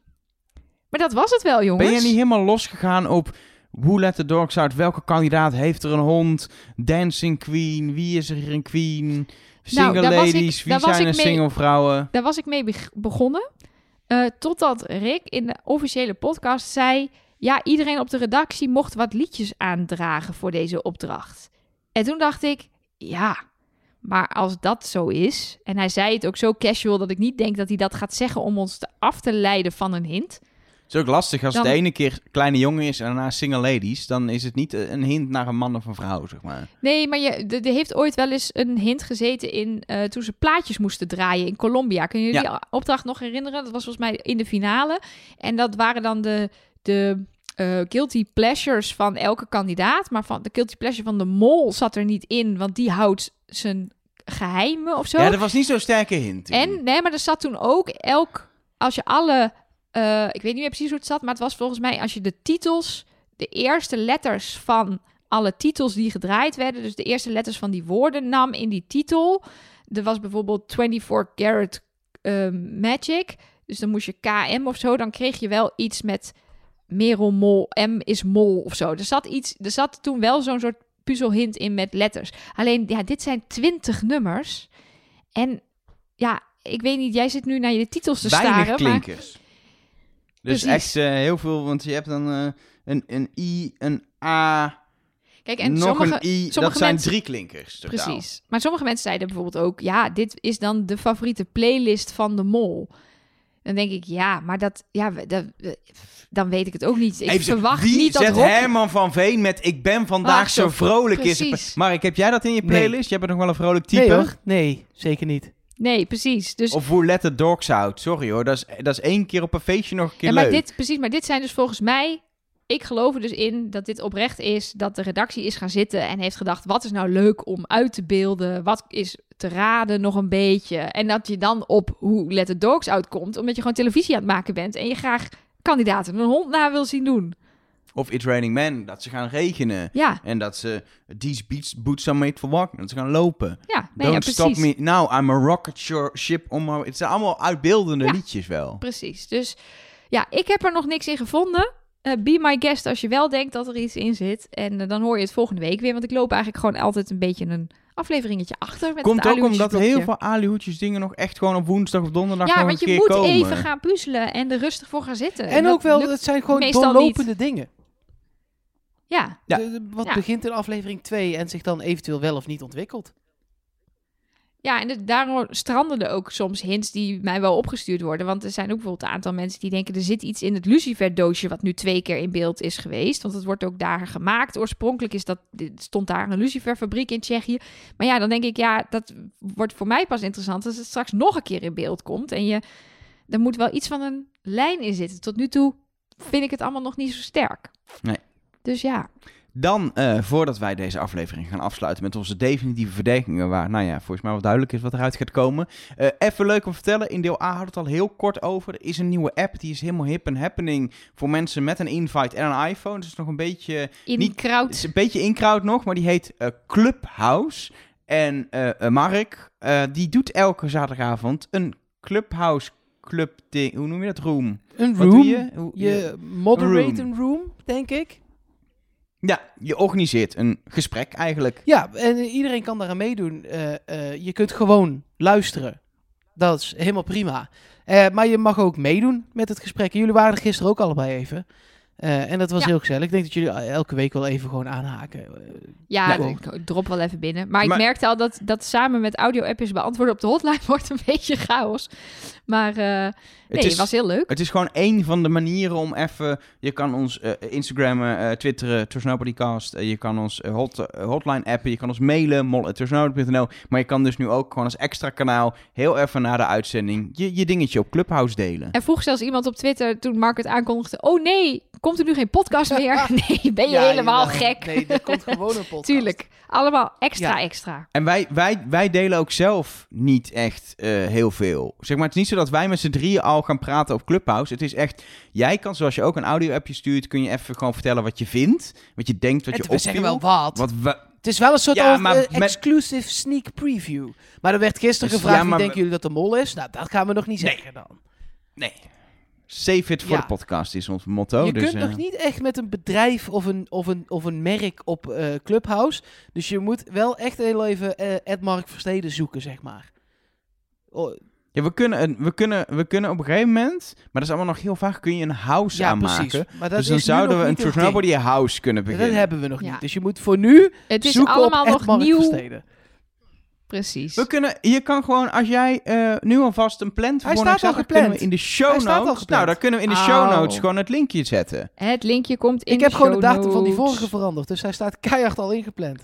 Maar dat was het wel, jongens. Ben je niet helemaal losgegaan op Who Let the Dogs Out? Welke kandidaat heeft er een hond? Dancing Queen? Wie is er hier een queen? Single Nou, daar was ladies? ik- Wie daar was zijn ik er mee- single vrouwen? Daar was ik mee beg- begonnen. Uh, totdat Rick in de officiële podcast zei, ja, iedereen op de redactie mocht wat liedjes aandragen voor deze opdracht. En toen dacht ik, ja, maar als dat zo is, en hij zei het ook zo casual dat ik niet denk dat hij dat gaat zeggen om ons te af te leiden van een hint. Het is ook lastig als Dan- het de ene keer kleine jongen is en daarna single ladies. Dan is het niet een hint naar een man of een vrouw, zeg maar. Nee, maar je, er er heeft ooit wel eens een hint gezeten in uh, toen ze plaatjes moesten draaien in Colombia. Kun je Ja. die opdracht nog herinneren? Dat was volgens mij in de finale. En dat waren dan de, de uh, guilty pleasures van elke kandidaat. Maar van de guilty pleasure van de mol zat er niet in, want die houdt zijn geheimen of zo. Ja, dat was niet zo'n sterke hint. toen. En nee, maar er zat toen ook elk, als je alle, uh, ik weet niet meer precies hoe het zat, maar het was volgens mij als je de titels, de eerste letters van alle titels die gedraaid werden, dus de eerste letters van die woorden nam in die titel. Er was bijvoorbeeld vierentwintig karat uh, magic, dus dan moest je K M of zo, dan kreeg je wel iets met Merel Mol, M is Mol of zo. Er zat iets, er zat toen wel zo'n soort puzzelhint in met letters. Alleen, ja, dit zijn twintig nummers. En ja, ik weet niet, jij zit nu naar je titels te Weinig staren. klinkers. Dus Precies. echt uh, heel veel, want je hebt dan uh, een, een I, een A, Kijk, en nog sommige, een I. Dat sommige zijn mensen- drie klinkers totaal. Precies. Maar sommige mensen zeiden bijvoorbeeld ook, ja, dit is dan de favoriete playlist van de mol. Dan denk ik, ja, maar dat, ja, we- dat, we- dan weet ik het ook niet. Ik Even zo, verwacht wie niet dat zet Rocky... Herman van Veen met Ik ben vandaag Ach, zo zo vrolijk is. precies. Mark, heb jij dat in je playlist? Jij bent nog wel een vrolijk type. Nee hoor, nee, zeker niet. Nee, precies. Dus Of Who Let the Dogs Out. Sorry hoor, dat is, dat is één keer op een feestje nog een keer ja, maar leuk. dit, precies, maar dit zijn dus volgens mij... Ik geloof er dus in dat dit oprecht is, dat de redactie is gaan zitten en heeft gedacht, wat is nou leuk om uit te beelden? Wat is te raden nog een beetje? En dat je dan op hoe Let the Dogs Out komt, omdat je gewoon televisie aan het maken bent en je graag kandidaten een hond na wil zien doen. Of It's Raining Men, dat ze gaan regenen. Ja, En dat ze These beats, boots are made for walking. Dat ze gaan lopen. ja, nee, Don't ja, stop precies. me now, I'm a rocket shor- ship on my... Het zijn allemaal uitbeeldende Ja. liedjes wel. Precies. Dus ja, ik heb er nog niks in gevonden. Uh, be my guest als je wel denkt dat er iets in zit. En uh, dan hoor je het volgende week weer. Want ik loop eigenlijk gewoon altijd een beetje een afleveringetje achter met Komt het ook alihoedjes omdat heel blokje. veel alihoedjes dingen nog echt gewoon op woensdag of donderdag Ja, nog want een je keer moet komen. even gaan puzzelen en er rustig voor gaan zitten. En dat ook wel, lukt het zijn gewoon meestal doorlopende dingen. Ja, Ja. De- de- wat Ja. begint in aflevering twee en zich dan eventueel wel of niet ontwikkelt. ja, en het, daarom stranden er ook soms hints die mij wel opgestuurd worden. Want er zijn ook bijvoorbeeld een aantal mensen die denken... er zit iets in het Lucifer-doosje wat nu twee keer in beeld is geweest. Want het wordt ook daar gemaakt. Oorspronkelijk is dat, stond daar een Lucifer-fabriek in Tsjechië. Maar ja, dan denk ik, ja, dat wordt voor mij pas interessant... als het straks nog een keer in beeld komt. En je, er moet wel iets van een lijn in zitten. Tot nu toe vind ik het allemaal nog niet zo sterk. Nee. Dus ja... Dan, uh, voordat wij deze aflevering gaan afsluiten met onze definitieve verdenkingen, waar, nou ja, volgens mij wel duidelijk is wat eruit gaat komen. Uh, even leuk om te vertellen, in deel A had het al heel kort over. Er is een nieuwe app, die is helemaal hip en happening voor mensen met een invite en een iPhone. Dus het is nog een beetje... In niet, kraut. Het is een beetje inkraut nog, maar die heet uh, Clubhouse. En uh, uh, Mark, uh, die doet elke zaterdagavond een Clubhouse club ding. Hoe noem je dat? Room. Een Wat room, doe je? Hoe, je moderate room. een room, denk ik. Ja, je organiseert een gesprek eigenlijk. Ja, en iedereen kan daaraan meedoen. Uh, uh, je kunt gewoon luisteren. Dat is helemaal prima. Uh, maar je mag ook meedoen met het gesprek. En jullie waren er gisteren ook allebei even. Uh, en dat was Ja. heel gezellig. Ik denk dat jullie elke week wel even gewoon aanhaken. Uh, Ja, Ja. ik drop wel even binnen. Maar, Maar- ik merkte al dat, dat samen met audio-appjes beantwoorden op de hotline wordt een beetje chaos. Maar uh, nee, het is- was heel leuk. Het is gewoon één van de manieren om even... Je kan ons uh, Instagrammen, uh, twitteren, Trust Nobodycast. Uh, je kan ons uh, hot, uh, hotline appen. Je kan ons mailen, mol at trust nobody punt n l. Maar je kan dus nu ook gewoon als extra kanaal... heel even na de uitzending je, je dingetje op Clubhouse delen. Er vroeg zelfs iemand op Twitter toen Mark het aankondigde... Oh nee, komt er nu geen podcast meer? Nee, ben je ja, helemaal jawel. gek? Nee, er komt gewoon een podcast. Tuurlijk, allemaal extra Ja. extra. En wij, wij, wij delen ook zelf niet echt uh, heel veel. Zeg maar, het is niet zo dat wij met z'n drieën al gaan praten op Clubhouse. Het is echt... Jij kan, zoals je ook een audio-appje stuurt... kun je even gewoon vertellen wat je vindt. Wat je denkt, wat En je we zeggen opviel. wel wat. Wat we, Het is wel een soort Ja, of, maar uh, met- exclusive sneak preview. Maar er werd gisteren Dus, gevraagd, ja, wie maar denken we- jullie dat de mol is? Nou, dat gaan we nog niet Nee. zeggen dan. nee. Save it voor Ja. de podcast is ons motto. je dus, kunt uh, nog niet echt met een bedrijf of een, of een, of een merk op uh, Clubhouse. Dus je moet wel echt heel even uh, Ed Mark Versteden zoeken, zeg maar. Oh, Ja, we kunnen, een- we, kunnen, we kunnen op een gegeven moment... Maar dat is allemaal nog heel vaag. Kun je een house ja, aanmaken. precies. Maar dat Dus dan is nu zouden nog we een niet Trust ding. Nobody house kunnen Dat beginnen. hebben we nog Ja. niet. Dus je moet voor nu Het is zoeken allemaal op Ed nog Mark nieuw. Versteden. Precies. We kunnen, je kan gewoon, als jij uh, nu alvast een plant Hij voor staat al dan kunnen we gepland. in de show Hij staat al notes... gepland. Nou, dan kunnen we in de show Oh. notes gewoon het linkje zetten. Het linkje komt in Ik heb de gewoon de show datum van die notes. vorige veranderd. Dus hij staat keihard al ingepland.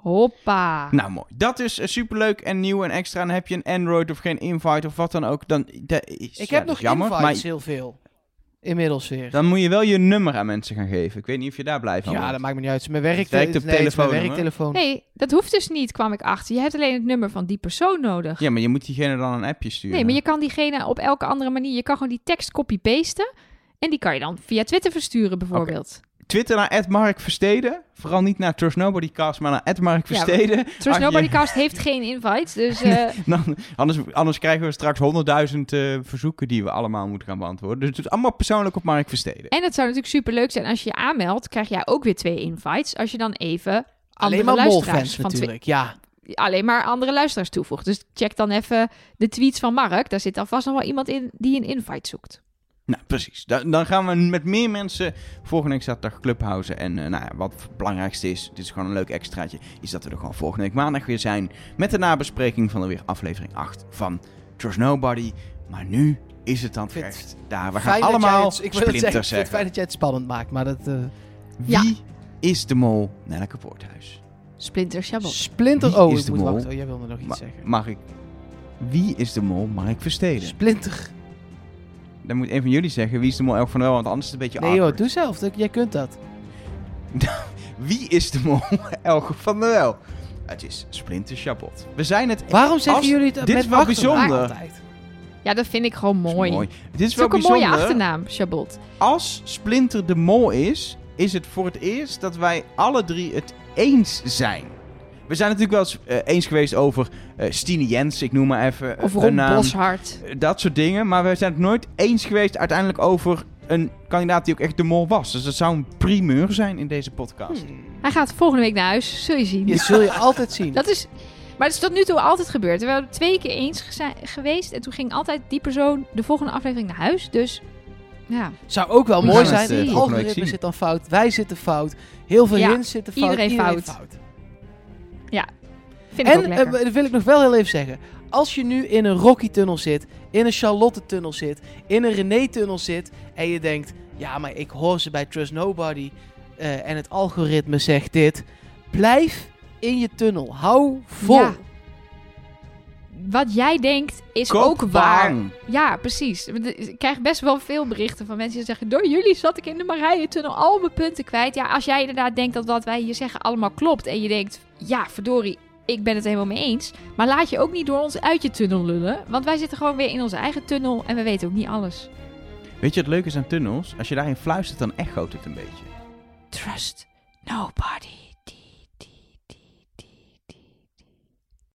Hoppa. Nou, mooi. Dat is uh, superleuk en nieuw en extra. En heb je een Android of geen invite of wat dan ook, dan... Dat is, Ik ja, heb dat nog is jammer, invites maar heel veel. Inmiddels weer. dan moet je wel je nummer aan mensen gaan geven. Ik weet niet of je daar blij van Ja, wordt. dat maakt me niet uit. Het is mijn werk, Het werkt op nee, het is mijn telefoonnummer. werktelefoon. Nee, dat hoeft dus niet, kwam ik achter. Je hebt alleen het nummer van die persoon nodig. Ja, maar je moet diegene dan een appje sturen. Nee, maar je kan diegene op elke andere manier... Je kan gewoon die tekst copy-pasten... En die kan je dan via Twitter versturen, bijvoorbeeld. Twitter naar at Mark Versteden. Vooral niet naar Trust Nobody Cast, maar naar at Mark Ja, Versteden. Trust Als Nobody je- Cast heeft geen invites, dus... eh, Dan, anders, anders krijgen we straks honderdduizend uh, verzoeken die we allemaal moeten gaan beantwoorden. Dus het is allemaal persoonlijk op Mark Versteden. En het zou natuurlijk superleuk zijn als je je aanmeldt... krijg jij ook weer twee invites... als je dan even andere Alleen maar luisteraars... molfans van Twi- natuurlijk, ja. alleen maar andere luisteraars toevoegt. Dus check dan even de tweets van Mark. Daar zit alvast nog wel iemand in die een invite zoekt. Nou, precies. Dan, dan gaan we met meer mensen volgende week zaterdag clubhousen. En uh, nou ja, wat het belangrijkste is, dit is gewoon een leuk extraatje, is dat we er gewoon volgende week maandag weer zijn met de nabespreking van alweer aflevering acht van Trust Nobody. Maar nu is het dan vind terecht daar. We gaan Fijn dat jij allemaal het- ik wil het zeggen, Splinter ik vind het fijn zeggen. dat jij het spannend maakt, maar dat... uh, Ja. Wie is de mol Nelleke Poorthuis? Splinter Chabot. Splinter... Wie Oh, is ik de moet mol? wachten. Oh, jij wilde nog iets Ma- zeggen. Mag ik... Wie is de mol Mark Versteden? Splinter. Dan moet een van jullie zeggen wie is de mol Elk van der Wel, want anders is het een beetje Nee joh, awkward. doe zelf. dat- Jij kunt dat. Wie is de mol Elke van der Wel? Het is Splinter Chabot. We zijn het... Waarom zeggen Als- jullie het dit met is wel achternaam bijzonder. altijd? Ja, dat vind ik gewoon Dat is mooi. mooi. Dit is Het is wel ook een mooie bijzonder. achternaam, Chabot. Als Splinter de mol is, is het voor het eerst dat wij alle drie het eens zijn. We zijn natuurlijk wel eens uh, eens geweest over uh, Stine Jens, ik noem maar even uh, Of een Ron naam. Boshart. Uh, dat soort dingen. Maar we zijn het nooit eens geweest uiteindelijk over een kandidaat die ook echt de mol was. Dus dat zou een primeur zijn in deze podcast. Hmm. Hij gaat volgende week naar huis, zul je zien. Dat zul je altijd zien. Dat is... Maar het is tot nu toe altijd gebeurd. We hebben twee keer eens geza- geweest. En toen ging altijd die persoon de volgende aflevering naar huis. Dus ja. Zou ook wel We mooi gaan het, zijn. eh, Het volgende week algoritme zien. zit dan fout. Wij zitten fout. Heel veel Ja, hints zitten fout. iedereen fout. fout. Vind ik ook En lekker. eh, dat wil ik nog wel heel even zeggen. Als je nu in een Rocky-tunnel zit, in een Charlotte-tunnel zit, in een René-tunnel zit en je denkt, ja, maar ik hoor ze bij Trust Nobody uh, en het algoritme zegt dit. Blijf in je tunnel. Hou vol. Ja. Wat jij denkt is Kop ook waar. bang. Ja, precies. Ik krijg best wel veel berichten van mensen die zeggen... door jullie zat ik in de Marije-tunnel al mijn punten kwijt. Ja, als jij inderdaad denkt dat wat wij hier zeggen allemaal klopt... en je denkt, ja, verdorie, ik ben het helemaal mee eens... maar laat je ook niet door ons uit je tunnel lullen... want wij zitten gewoon weer in onze eigen tunnel... en we weten ook niet alles. Weet je wat leuk is aan tunnels? Als je daarin fluistert, dan echoot het een beetje. Trust nobody.